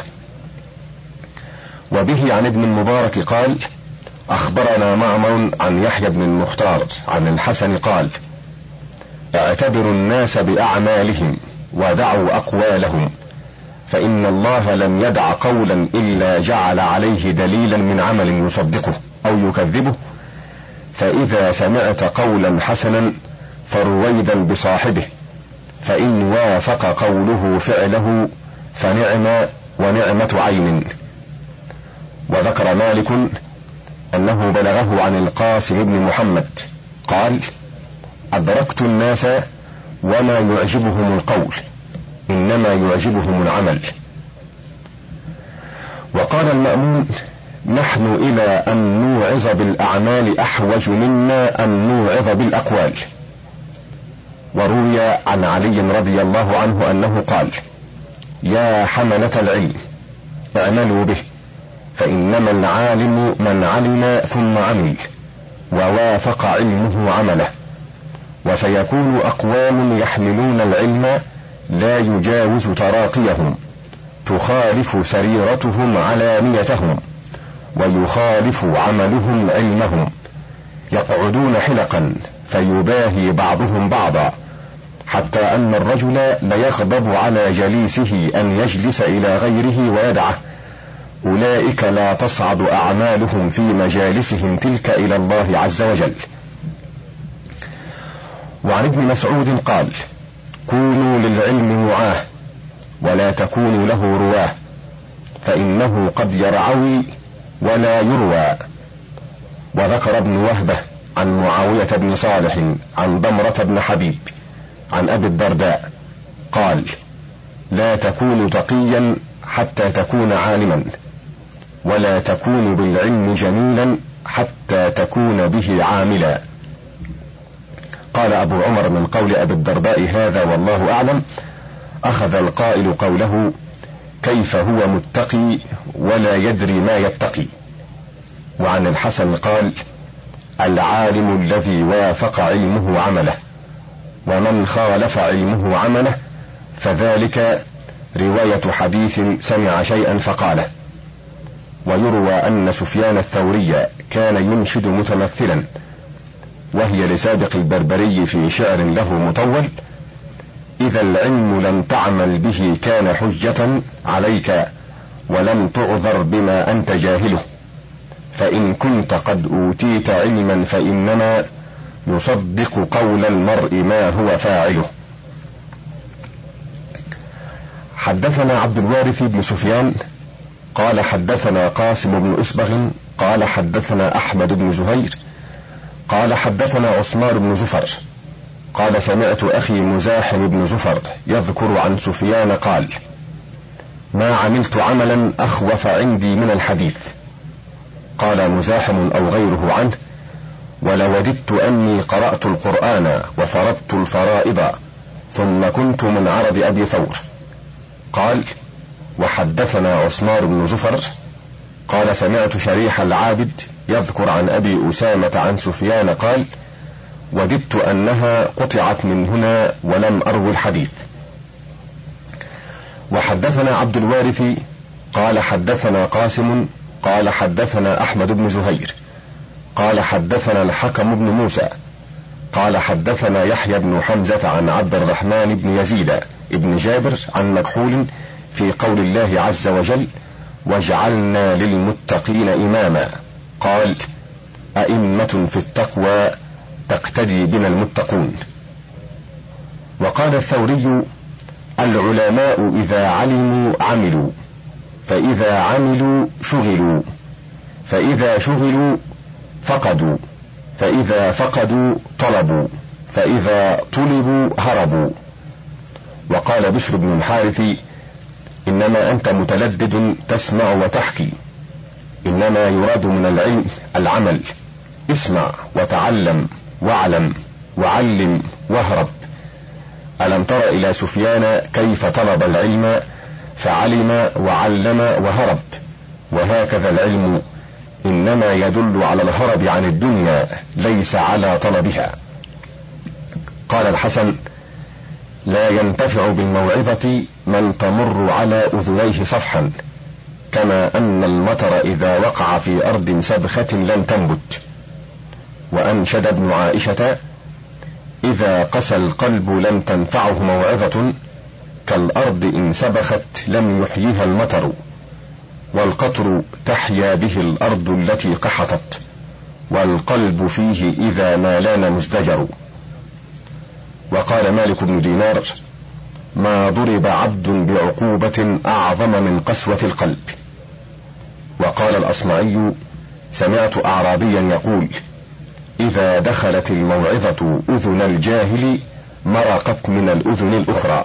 وبه عن ابن المبارك قال: أخبرنا معمر عن يحيى بن المختار عن الحسن قال: اعتبروا الناس بأعمالهم ودعوا أقوالهم، فإن الله لم يدع قولا إلا جعل عليه دليلا من عمل يصدقه أو يكذبه، فإذا سمعت قولا حسنا فرويدا بصاحبه، فإن وافق قوله فعله فنعم ونعمة عين. وذكر مالك أنه بلغه عن القاسم بن محمد قال: أدركت الناس وما يعجبهم القول، إنما يعجبهم العمل. وقال المأمون: نحن إلى أن نوعظ بالأعمال أحوج منا أن نوعظ بالأقوال. وروي عن علي رضي الله عنه أنه قال: يا حملة العلم اعملوا به، فإنما العالم من علم ثم عمل ووافق علمه عمله، وسيكون أقوام يحملون العلم لا يجاوز تراقيهم، تخالف سريرتهم علانيتهم، ويخالف عملهم علمهم، يقعدون حلقا فيباهي بعضهم بعضا، حتى أن الرجل ليغضب على جليسه أن يجلس إلى غيره ويدعه. أولئك لا تصعد أعمالهم في مجالسهم تلك إلى الله عز وجل. وعن ابن مسعود قال: كونوا للعلم وعاه ولا تكونوا له رواه، فإنه قد يرعوي ولا يروى. وذكر ابن وهبة عن معاوية بن صالح عن ضمرة بن حبيب عن أبي الدرداء قال: لا تكون تقيا حتى تكون عالما، ولا تكون بالعلم جميلا حتى تكون به عاملا. قال أبو عمر من قول أبي الدرداء هذا والله أعلم: أخذ القائل قوله: كيف هو متقي ولا يدري ما يتقي. وعن الحسن قال: العالم الذي وافق علمه عمله، ومن خالف علمه عمله فذلك رواية حديث سمع شيئا فقاله. ويروى أن سفيان الثوري كان ينشد متمثلا، وهي لسابق البربري في شعر له مطول: إذا العلم لم تعمل به كان حجة عليك، ولم تعذر بما أنت جاهله، فإن كنت قد أوتيت علما فإنما يصدق قول المرء ما هو فاعله. حدثنا عبد الوارث بن سفيان قال حدثنا قاسم بن أسبغ قال حدثنا أحمد بن زهير قال حدثنا عثمان بن زفر قال سمعت أخي مزاحم بن زفر يذكر عن سفيان قال: ما عملت عملا أخوف عندي من الحديث. قال مزاحم أو غيره عنه: ولوددت أني قرأت القرآن وفرضت الفرائض ثم كنت من عرض أبي ثور. قال: وحدثنا عثمان بن زفر قال سمعت شريح العابد يذكر عن أبي أسامة عن سفيان قال: وددت أنها قطعت من هنا ولم أروي الحديث. وحدثنا عبد الوارث قال حدثنا قاسم قال حدثنا أحمد بن زهير قال حدثنا الحكم بن موسى قال حدثنا يحيى بن حمزة عن عبد الرحمن بن يزيد ابن جابر عن مكحول في قول الله عز وجل: وجعلنا للمتقين إماما. قال: أئمة في التقوى تقتدي بنا المتقون. وقال الثوري: العلماء إذا علموا عملوا، فإذا عملوا شغلوا، فإذا شغلوا فقدوا، فإذا فقدوا طلبوا، فإذا طلبوا هربوا. وقال بشر بن الحارث: إنما أنت متلدد تسمع وتحكي، إنما يراد من العلم العمل، اسمع وتعلم واعلم وعلم واهرب. ألم تر إلى سفيان كيف طلب العلم فعلم وعلم وهرب؟ وهكذا العلم إنما يدل على الهرب عن الدنيا ليس على طلبها. قال الحسن: لا ينتفع بالموعظة من تمر على أذنيه صفحا، كما أن المطر إذا وقع في أرض سبخة لم تنبت. وأنشد ابن عائشة: إذا قسى القلب لم تنفعه موعظة، كالأرض إن سبخت لم يحييها المطر، والقطر تحيا به الأرض التي قحطت، والقلب فيه إذا ما لان مزدجر. وقال مالك بن دينار: ما ضرب عبد بعقوبة أعظم من قسوة القلب. وقال الأصمعي: سمعت أعرابيا يقول: إذا دخلت الموعظة أذن الجاهل مرقت من الأذن الأخرى.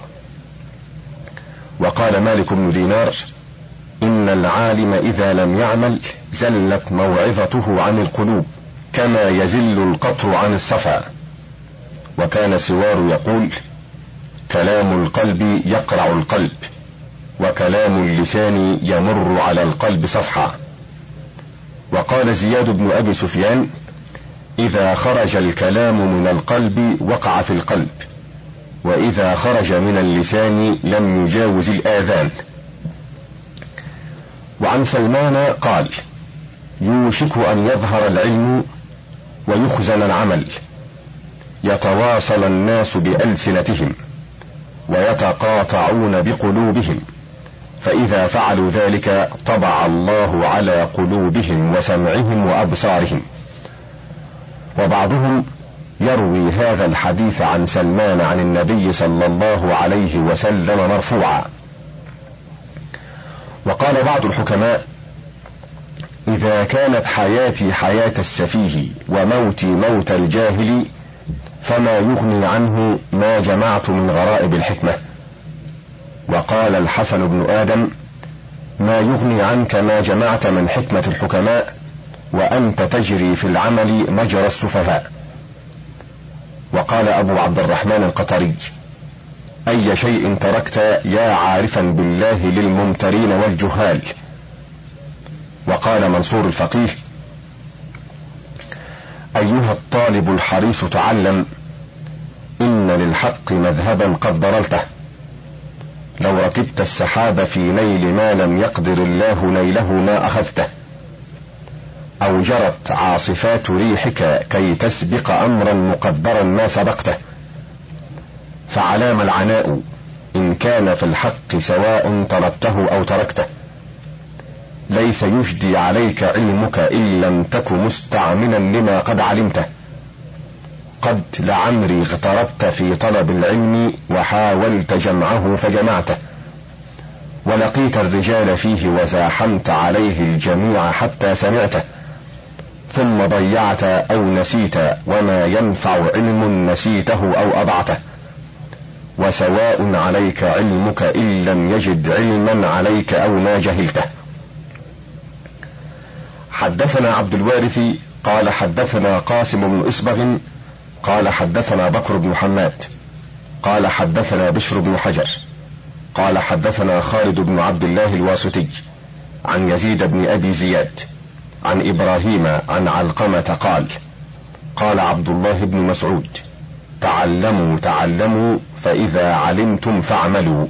وقال مالك بن دينار: إن العالم إذا لم يعمل زلت موعظته عن القلوب كما يزل القطر عن الصفا. وكان سوار يقول: كلام القلب يقرع القلب، وكلام اللسان يمر على القلب صفحا. وقال زياد بن أبي سفيان: إذا خرج الكلام من القلب وقع في القلب، وإذا خرج من اللسان لم يجاوز الآذان. وعن سلمان قال: يوشك أن يظهر العلم ويخزن العمل، يتواصل الناس بألسنتهم ويتقاطعون بقلوبهم، فإذا فعلوا ذلك طبع الله على قلوبهم وسمعهم وأبصارهم. وبعضهم يروي هذا الحديث عن سلمان عن النبي صلى الله عليه وسلم مرفوعا. وقال بعض الحكماء: إذا كانت حياتي حياة السفيه وموتي موت الجاهل فما يغني عنه ما جمعت من غرائب الحكمة. وقال الحسن بن آدم: ما يغني عنك ما جمعت من حكمة الحكماء وأنت تجري في العمل مجرى السفهاء. وقال أبو عبد الرحمن القطري: أي شيء تركت يا عارفا بالله للممترين والجهال. وقال منصور الفقيه: أيها الطالب الحريص تعلم، إن للحق مذهبا قد ضللته، لو ركبت السحاب في نيل ما لم يقدر الله نيله ما أخذته، أو جرت عاصفات ريحك كي تسبق أمرا مقدرا ما سبقته، فعلام العناء إن كان في الحق سواء طلبته أو تركته، ليس يجدي عليك علمك إن لم تك مستعملا لما قد علمته، قد لعمري اغتربت في طلب العلم وحاولت جمعه فجمعته، ولقيت الرجال فيه وزاحمت عليه الجميع حتى سمعته، ثم ضيعت أو نسيت وما ينفع علم نسيته أو أضعته، وسواء عليك علمك إن لم يجد علما عليك أو ما جهلته. حدثنا عبد الوارث قال حدثنا قاسم بن إصبغ قال حدثنا بكر بن حماد قال حدثنا بشر بن حجر قال حدثنا خالد بن عبد الله الواسطي عن يزيد بن أبي زياد عن إبراهيم عن علقمة قال: قال عبد الله بن مسعود: تعلموا تعلموا فإذا علمتم فاعملوا.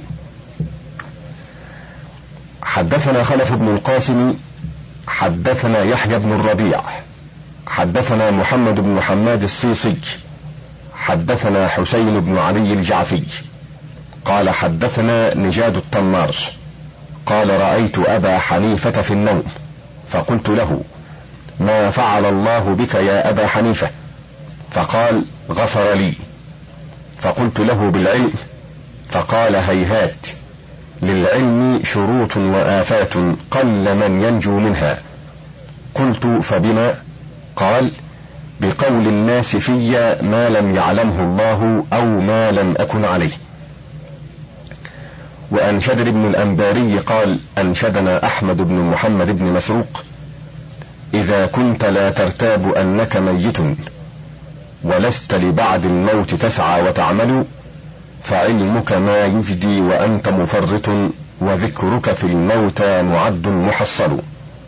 حدثنا خلف بن القاسم حدثنا يحيى بن الربيع حدثنا محمد بن حماد الصيصي حدثنا حسين بن علي الجعفي قال حدثنا نجاد الطمار قال: رأيت أبا حنيفة في النوم فقلت له: ما فعل الله بك يا أبا حنيفة؟ فقال: غفر لي. فقلت له: بالعلم؟ فقال: هيهات، للعلم شروط وآفات قل من ينجو منها. قلت: فبما؟ قال: بقول الناس في ما لم يعلمه الله أو ما لم أكن عليه. وأنشد ابن الأنباري قال: أنشدنا أحمد بن محمد بن مسروق: إذا كنت لا ترتاب أنك ميت ولست لبعد الموت تسعى وتعمل، فعلمك ما يجدي وأنت مفرط، وذكرك في الموتى معد محصل.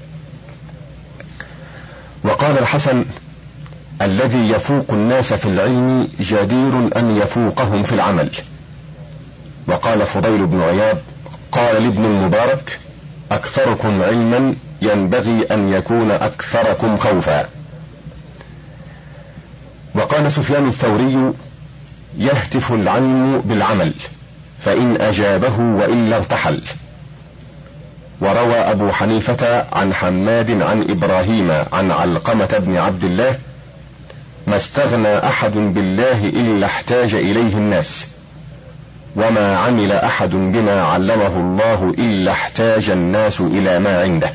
وقال الحسن: الذي يفوق الناس في العلم جدير أن يفوقهم في العمل. وقال فضيل بن عياض: قال لابن المبارك: أكثركم علما ينبغي أن يكون أكثركم خوفا. وقال سفيان الثوري: يهتف العلم بالعمل، فإن أجابه وإلا ارتحل. وروى أبو حنيفة عن حماد عن إبراهيم عن علقمة بن عبد الله: ما استغنى أحد بالله إلا احتاج إليه الناس، وما عمل أحد بما علمه الله إلا احتاج الناس إلى ما عنده.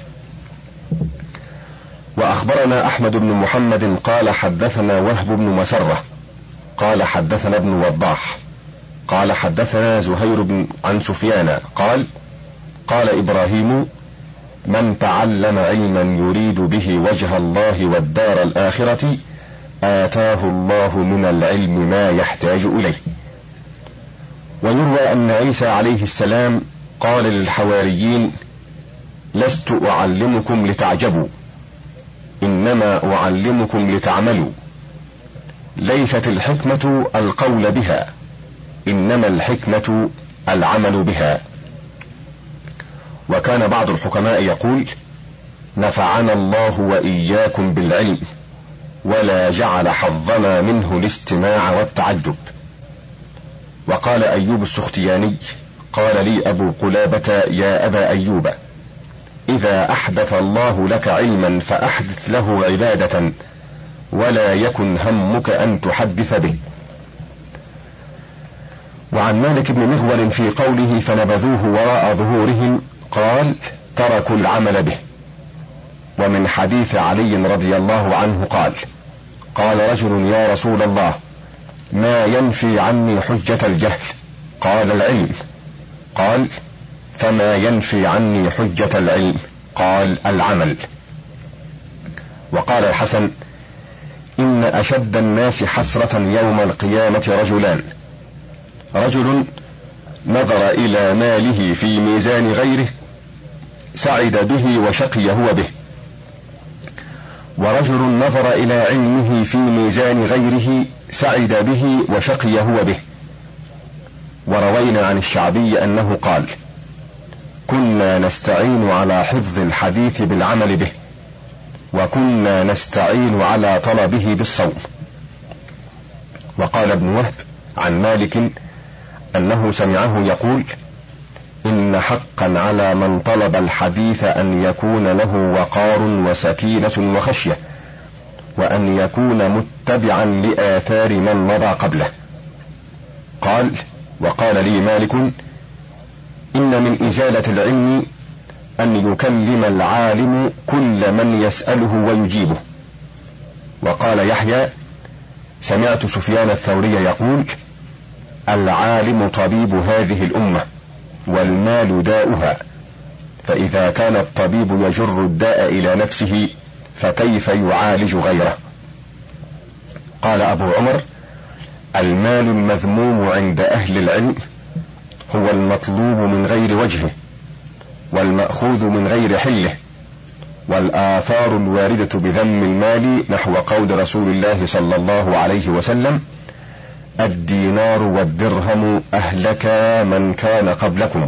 وأخبرنا أحمد بن محمد قال حدثنا وهب بن مسرة قال حدثنا ابن وضاح قال حدثنا زهير بن عن سفيان قال: قال إبراهيم: من تعلم علما يريد به وجه الله والدار الآخرة آتاه الله من العلم ما يحتاج إليه. ويروى أن عيسى عليه السلام قال للحواريين: لست أعلمكم لتعجبوا، إنما أعلمكم لتعملوا. ليست الحكمة القول بها، إنما الحكمة العمل بها. وكان بعض الحكماء يقول: نفعنا الله وإياكم بالعلم، ولا جعل حظنا منه الاستماع والتعجب. وقال أيوب السختياني: قال لي أبو قلابة: يا أبا أيوب، إذا أحدث الله لك علما فأحدث له عبادة، ولا يكن همك أن تحدث به. وعن مالك بن مغول في قوله: فنبذوه وراء ظهورهم، قال: تركوا العمل به. ومن حديث علي رضي الله عنه قال: قال رجل: يا رسول الله، ما ينفي عني حجة الجهل؟ قال: العلم. قال: فما ينفي عني حجة العلم؟ قال: العمل. وقال الحسن: إن أشد الناس حسرة يوم القيامة رجلان: رجل نظر إلى ماله في ميزان غيره سعد به وشقي هو به، ورجل نظر إلى علمه في ميزان غيره سعد به وشقي هو به. وروينا عن الشعبي أنه قال: كنا نستعين على حفظ الحديث بالعمل به، وكنا نستعين على طلبه بالصوم. وقال ابن وهب عن مالك أنه سمعه يقول: إن حقا على من طلب الحديث أن يكون له وقار وسكينة وخشية، وأن يكون متبعا لآثار من مضى قبله. قال: وقال لي مالك: إن من إزالة العلم أن يكلم العالم كل من يسأله ويجيبه. وقال يحيى: سمعت سفيان الثوري يقول: العالم طبيب هذه الأمة، والمال داؤها، فإذا كان الطبيب يجر الداء إلى نفسه فكيف يعالج غيره؟ قال أبو عمر: المال المذموم عند أهل العلم هو المطلوب من غير وجهه، والمأخوذ من غير حله، والآثار الواردة بذم المال نحو قول رسول الله صلى الله عليه وسلم: الدينار والدرهم أهلكا من كان قبلكم،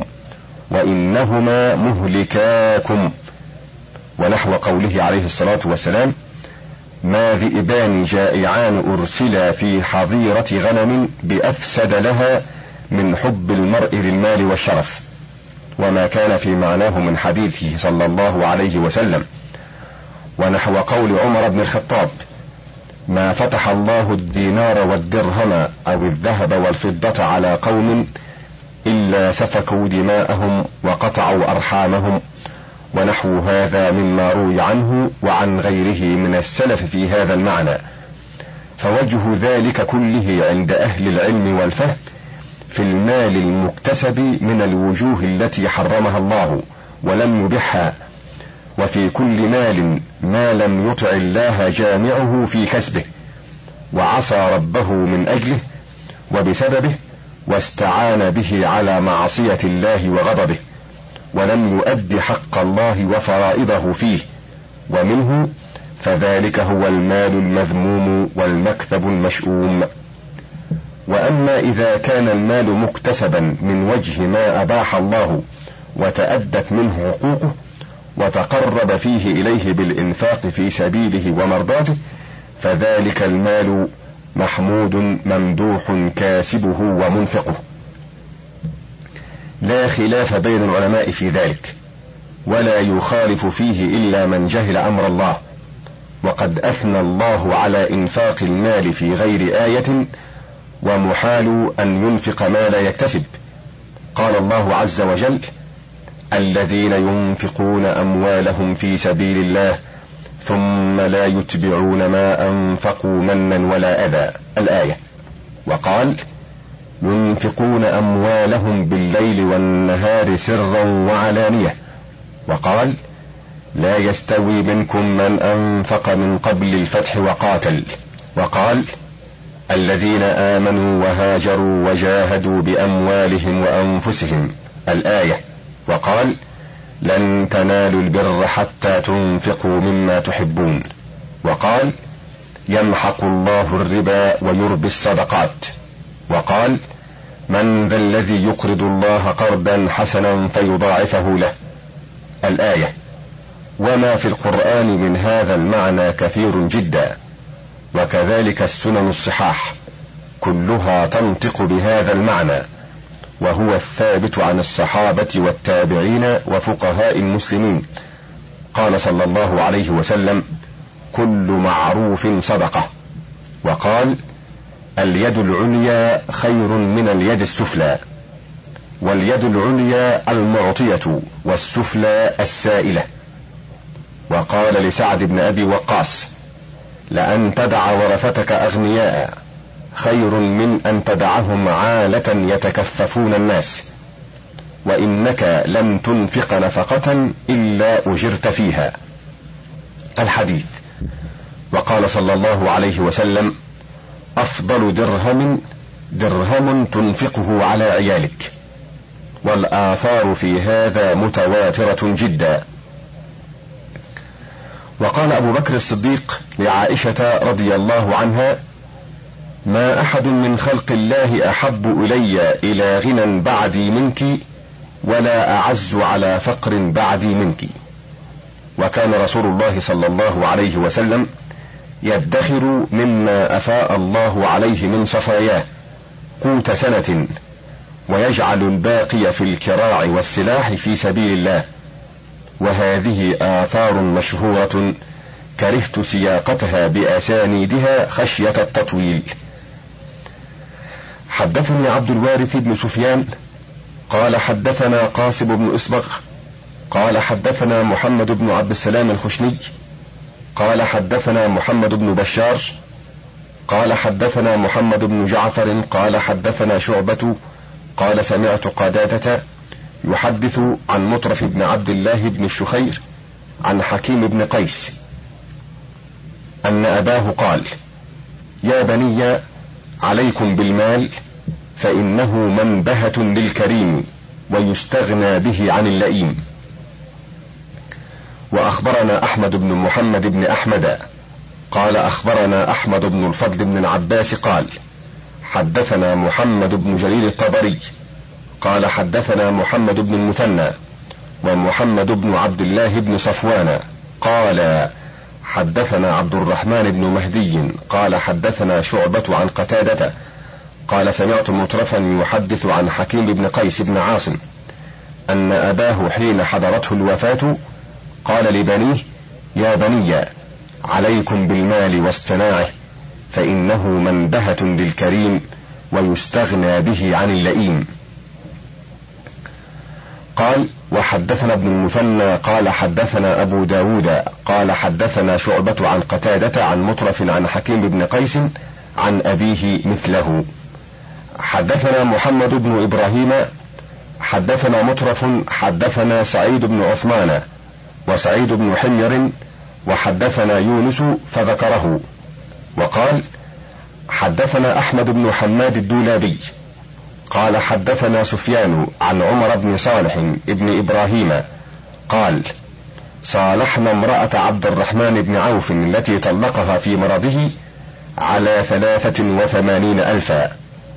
وإنهما مهلكاكم، ونحو قوله عليه الصلاة والسلام: ما ذئبان جائعان أرسلا في حظيرة غنم بأفسد لها من حب المرء للمال والشرف، وما كان في معناه من حديثه صلى الله عليه وسلم. ونحو قول عمر بن الخطاب: ما فتح الله الدينار والدرهم أو الذهب والفضة على قوم إلا سفكوا دماءهم وقطعوا أرحامهم، ونحو هذا مما روي عنه وعن غيره من السلف في هذا المعنى. فوجه ذلك كله عند أهل العلم والفهم في المال المكتسب من الوجوه التي حرمها الله ولم يبحها، وفي كل مال ما لم يطع الله جامعه في كسبه، وعصى ربه من أجله وبسببه، واستعان به على معصية الله وغضبه، ولم يؤد حق الله وفرائضه فيه، ومنه فذلك هو المال المذموم والمكسب المشؤوم. وأما إذا كان المال مكتسبا من وجه ما أباح الله وتأدت منه حقوقه وتقرب فيه إليه بالإنفاق في سبيله ومرضاته، فذلك المال محمود ممدوح كاسبه ومنفقه، لا خلاف بين العلماء في ذلك، ولا يخالف فيه إلا من جهل أمر الله. وقد أثنى الله على إنفاق المال في غير آية، ومحال أن ينفق ما لا يكتسب. قال الله عز وجل: الذين ينفقون أموالهم في سبيل الله ثم لا يتبعون ما أنفقوا منا ولا أذى، الآية. وقال: ينفقون أموالهم بالليل والنهار سرا وعلانية. وقال: لا يستوي منكم من أنفق من قبل الفتح وقاتل. وقال: الذين آمنوا وهاجروا وجاهدوا بأموالهم وأنفسهم، الآية. وقال: لن تنالوا البر حتى تنفقوا مما تحبون. وقال: يمحق الله الربا ويربي الصدقات. وقال: من ذا الذي يقرض الله قرضا حسنا فيضاعفه له، الآية. وما في القرآن من هذا المعنى كثير جدا، وكذلك السنن الصحاح كلها تنطق بهذا المعنى، وهو الثابت عن الصحابة والتابعين وفقهاء المسلمين. قال صلى الله عليه وسلم: كل معروف صدقة. وقال: اليد العليا خير من اليد السفلى، واليد العليا المعطية والسفلى السائلة. وقال لسعد بن أبي وقاص: لأن تدع ورثتك أغنياء خير من أن تدعهم عالة يتكففون الناس، وإنك لن تنفق نفقة إلا أجرت فيها، الحديث. وقال صلى الله عليه وسلم: أفضل درهم درهم تنفقه على عيالك. والآثار في هذا متواترة جدا. وقال أبو بكر الصديق لعائشة رضي الله عنها: ما أحد من خلق الله أحب إلي إلى غنى بعدي منك، ولا أعز على فقر بعدي منك. وكان رسول الله صلى الله عليه وسلم يدخر مما أفاء الله عليه من صفاياه قوت سنة، ويجعل الباقي في الكراع والسلاح في سبيل الله. وهذه آثار مشهورة كرهت سياقتها بأسانيدها خشية التطويل. حدثني عبد الوارث بن سفيان قال حدثنا قاسم بن إصبغ قال حدثنا محمد بن عبد السلام الخشني قال حدثنا محمد بن بشار قال حدثنا محمد بن جعفر قال حدثنا شعبة قال سمعت قتادة يحدث عن مطرف بن عبد الله بن الشخير عن حكيم بن قيس أن أباه قال: يا بني عليكم بالمال، فإنه منبهة للكريم ويستغنى به عن اللئيم. وأخبرنا أحمد بن محمد بن أحمد قال أخبرنا أحمد بن الفضل بن العباس قال حدثنا محمد بن جرير الطبري قال حدثنا محمد بن المثنى ومحمد بن عبد الله بن صفوان قال حدثنا عبد الرحمن بن مهدي قال حدثنا شعبة عن قتادة قال سمعت مطرفا يحدث عن حكيم بن قيس بن عاصم أن أباه حين حضرته الوفاة قال لبنيه: يا بني عليكم بالمال واصطناعه، فإنه منبهة للكريم ويستغنى به عن اللئيم. قال: وحدثنا ابن المثنى قال حدثنا أبو داود قال حدثنا شعبة عن قتادة عن مطرف عن حكيم بن قيس عن أبيه مثله. حدثنا محمد بن إبراهيم حدثنا مطرف حدثنا سعيد بن عثمان وسعيد بن حمير وحدثنا يونس فذكره. وقال: حدثنا أحمد بن حماد الدولابي قال حدثنا سفيان عن عمر بن صالح ابن إبراهيم قال: صالحنا امرأة عبد الرحمن بن عوف التي طلقها في مرضه على ثلاثة وثمانين ألفا.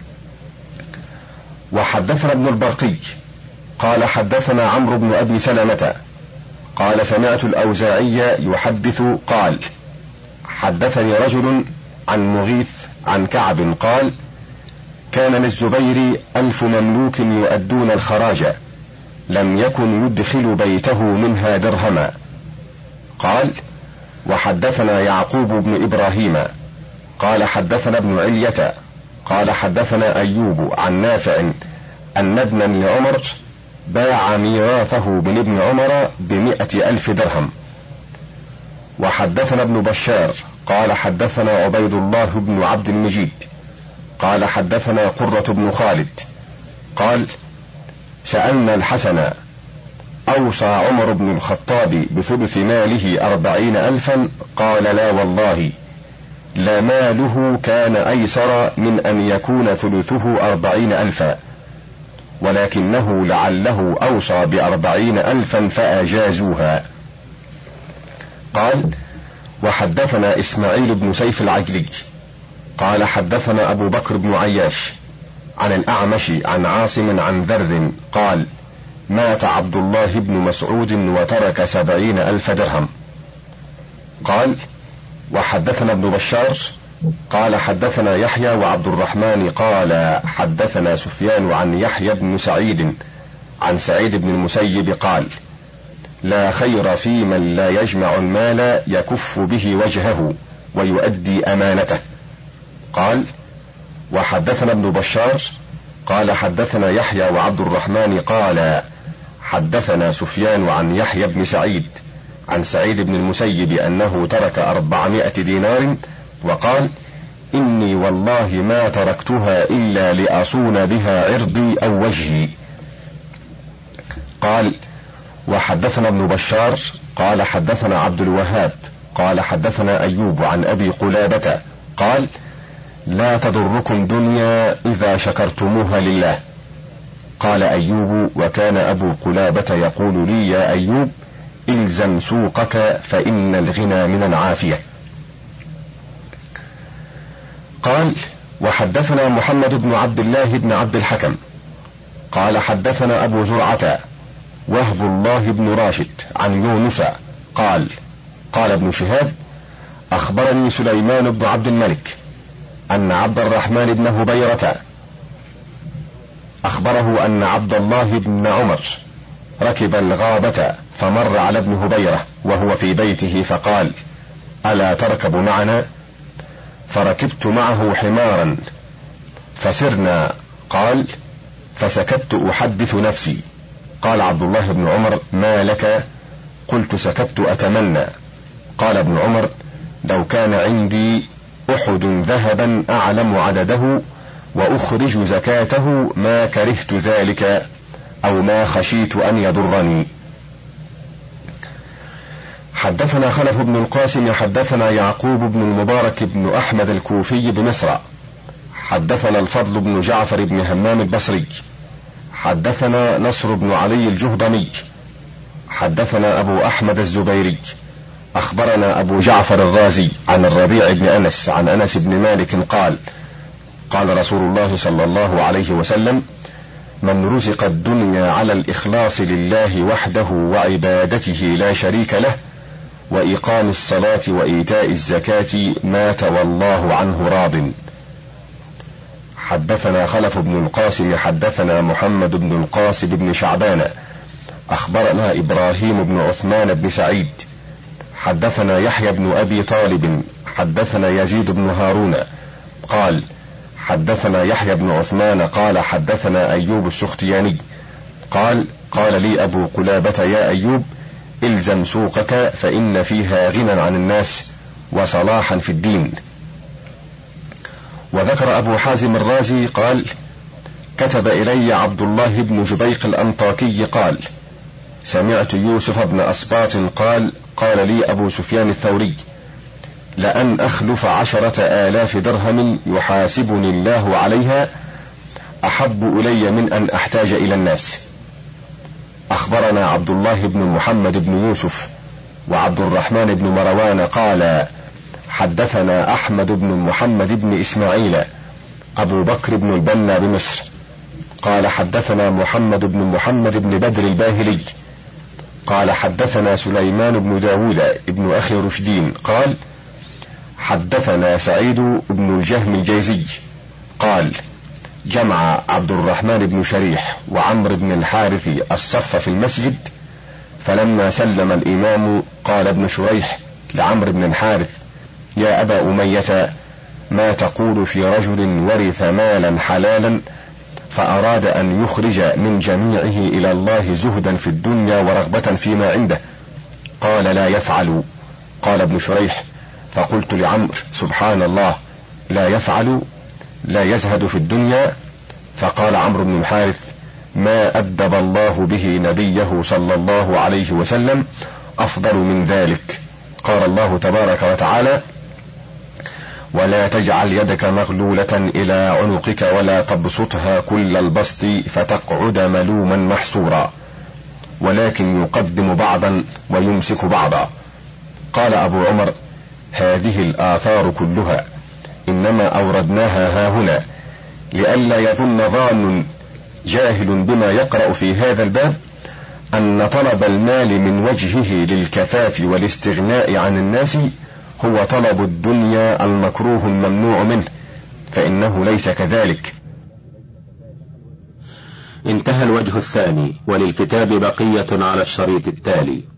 وحدثنا ابن البرقي قال حدثنا عمرو بن أبي سلمة قال سمعت الأوزاعي يحدث قال حدثني رجل عن مغيث عن كعب قال: كان للزبير ألف مملوك يؤدون الخراج، لم يكن يدخل بيته منها درهما. قال: وحدثنا يعقوب بن إبراهيم قال حدثنا ابن علية قال حدثنا أيوب عن نافع أن ابنا لعمر باع ميراثه من ابن عمر بمئة ألف درهم. وحدثنا ابن بشار قال حدثنا عبيد الله بن عبد المجيد قال حدثنا قرة بن خالد قال: سألنا الحسن: أوصى عمر بن الخطاب بثلث ماله أربعين ألفا؟ قال: لا والله، لا ماله كان أيسر من أن يكون ثلثه أربعين ألفا، ولكنه لعله أوصى بأربعين ألفا فأجازوها. قال: وحدثنا إسماعيل بن سيف العجلي قال حدثنا أبو بكر بن عياش عن الأعمش عن عاصم عن ذر قال: مات عبد الله بن مسعود وترك سبعين ألف درهم. قال: وحدثنا ابن بشار قال حدثنا يحيى وعبد الرحمن قال حدثنا سفيان عن يحيى بن سعيد عن سعيد بن المسيب قال: لا خير في من لا يجمع المال يكف به وجهه ويؤدي أمانته. قال: وحدثنا ابن بشار قال حدثنا يحيى وعبد الرحمن قال حدثنا سفيان عن يحيى بن سعيد عن سعيد بن المسيب أنه ترك أربعمائة دينار وقال: إني والله ما تركتها إلا لأصون بها عرضي أو وجهي. قال: وحدثنا ابن بشار قال حدثنا عبد الوهاب قال حدثنا أيوب عن أبي قلابة قال: لا تضركم دنيا إذا شكرتموها لله. قال أيوب: وكان أبو قلابة يقول لي: يا أيوب، إلزم سوقك فإن الغنى من العافية. قال: وحدثنا محمد بن عبد الله بن عبد الحكم قال حدثنا أبو زرعة وهب الله بن راشد عن يونس قال: قال ابن شهاب: أخبرني سليمان بن عبد الملك أن عبد الرحمن بن هبيرة أخبره أن عبد الله بن عمر ركب الغابة فمر على ابن هبيرة وهو في بيته فقال: ألا تركب معنا؟ فركبت معه حمارا فسرنا. قال: فسكت أحدث نفسي. قال عبد الله بن عمر: ما لك؟ قلت: سكت أتمنى. قال ابن عمر: لو كان عندي أحد ذهبا أعلم عدده وأخرج زكاته ما كرهت ذلك أو ما خشيت أن يضرني. حدثنا خلف بن القاسم حدثنا يعقوب بن المبارك بن أحمد الكوفي بمصر حدثنا الفضل بن جعفر بن همام البصري حدثنا نصر بن علي الجهضمي حدثنا أبو أحمد الزبيري أخبرنا أبو جعفر الرازي عن الربيع بن أنس عن أنس بن مالك قال: قال رسول الله صلى الله عليه وسلم: من رزق الدنيا على الإخلاص لله وحده وعبادته لا شريك له وإقام الصلاة وإيتاء الزكاة مات والله عنه راض. حدثنا خلف بن القاسم حدثنا محمد بن القاسم بن شعبان أخبرنا إبراهيم بن عثمان بن سعيد حدثنا يحيى بن أبي طالب حدثنا يزيد بن هارون قال: حدثنا يحيى بن عثمان قال حدثنا أيوب السختياني قال: قال لي أبو قلابة: يا أيوب، إلزم سوقك فإن فيها غنى عن الناس وصلاحا في الدين. وذكر أبو حازم الرازي قال: كتب إلي عبد الله بن جبيق الأنطاكي قال: سمعت يوسف بن أسباط قال: قال لي أبو سفيان الثوري: لأن أخلف عشرة آلاف درهم يحاسبني الله عليها أحب إلي من أن أحتاج إلى الناس. أخبرنا عبد الله بن محمد بن يوسف وعبد الرحمن بن مروان قال: حدثنا أحمد بن محمد بن إسماعيل أبو بكر بن البنا بمصر قال: حدثنا محمد بن محمد بن بدر الباهلي قال: حدثنا سليمان بن داود ابن أخي رشدين قال: حدثنا سعيد بن الجهم الجيزي قال جمع عبد الرحمن بن شريح وعمرو بن الحارث الصف في المسجد، فلما سلم الإمام قال ابن شريح لعمرو بن الحارث يا أبا أمية ما تقول في رجل ورث مالا حلالا فأراد أن يخرج من جميعه إلى الله زهدا في الدنيا ورغبة فيما عنده؟ قال لا يفعل. قال ابن شريح فقلت لعمرو سبحان الله، لا يفعل لا يزهد في الدنيا؟ فقال عمرو بن الحارث ما أدب الله به نبيه صلى الله عليه وسلم أفضل من ذلك. قال الله تبارك وتعالى ولا تجعل يدك مغلولة إلى عنقك ولا تبسطها كل البسط فتقعد ملوما محسورا، ولكن يقدم بعضا ويمسك بعضا. قال أبو عمر هذه الآثار كلها إنما أوردناها هاهنا لئلا يظن ظان جاهل بما يقرأ في هذا الباب أن طلب المال من وجهه للكفاف والاستغناء عن الناس هو طلب الدنيا المكروه الممنوع منه، فإنه ليس كذلك. انتهى الوجه الثاني، وللكتاب بقية على الشريط التالي.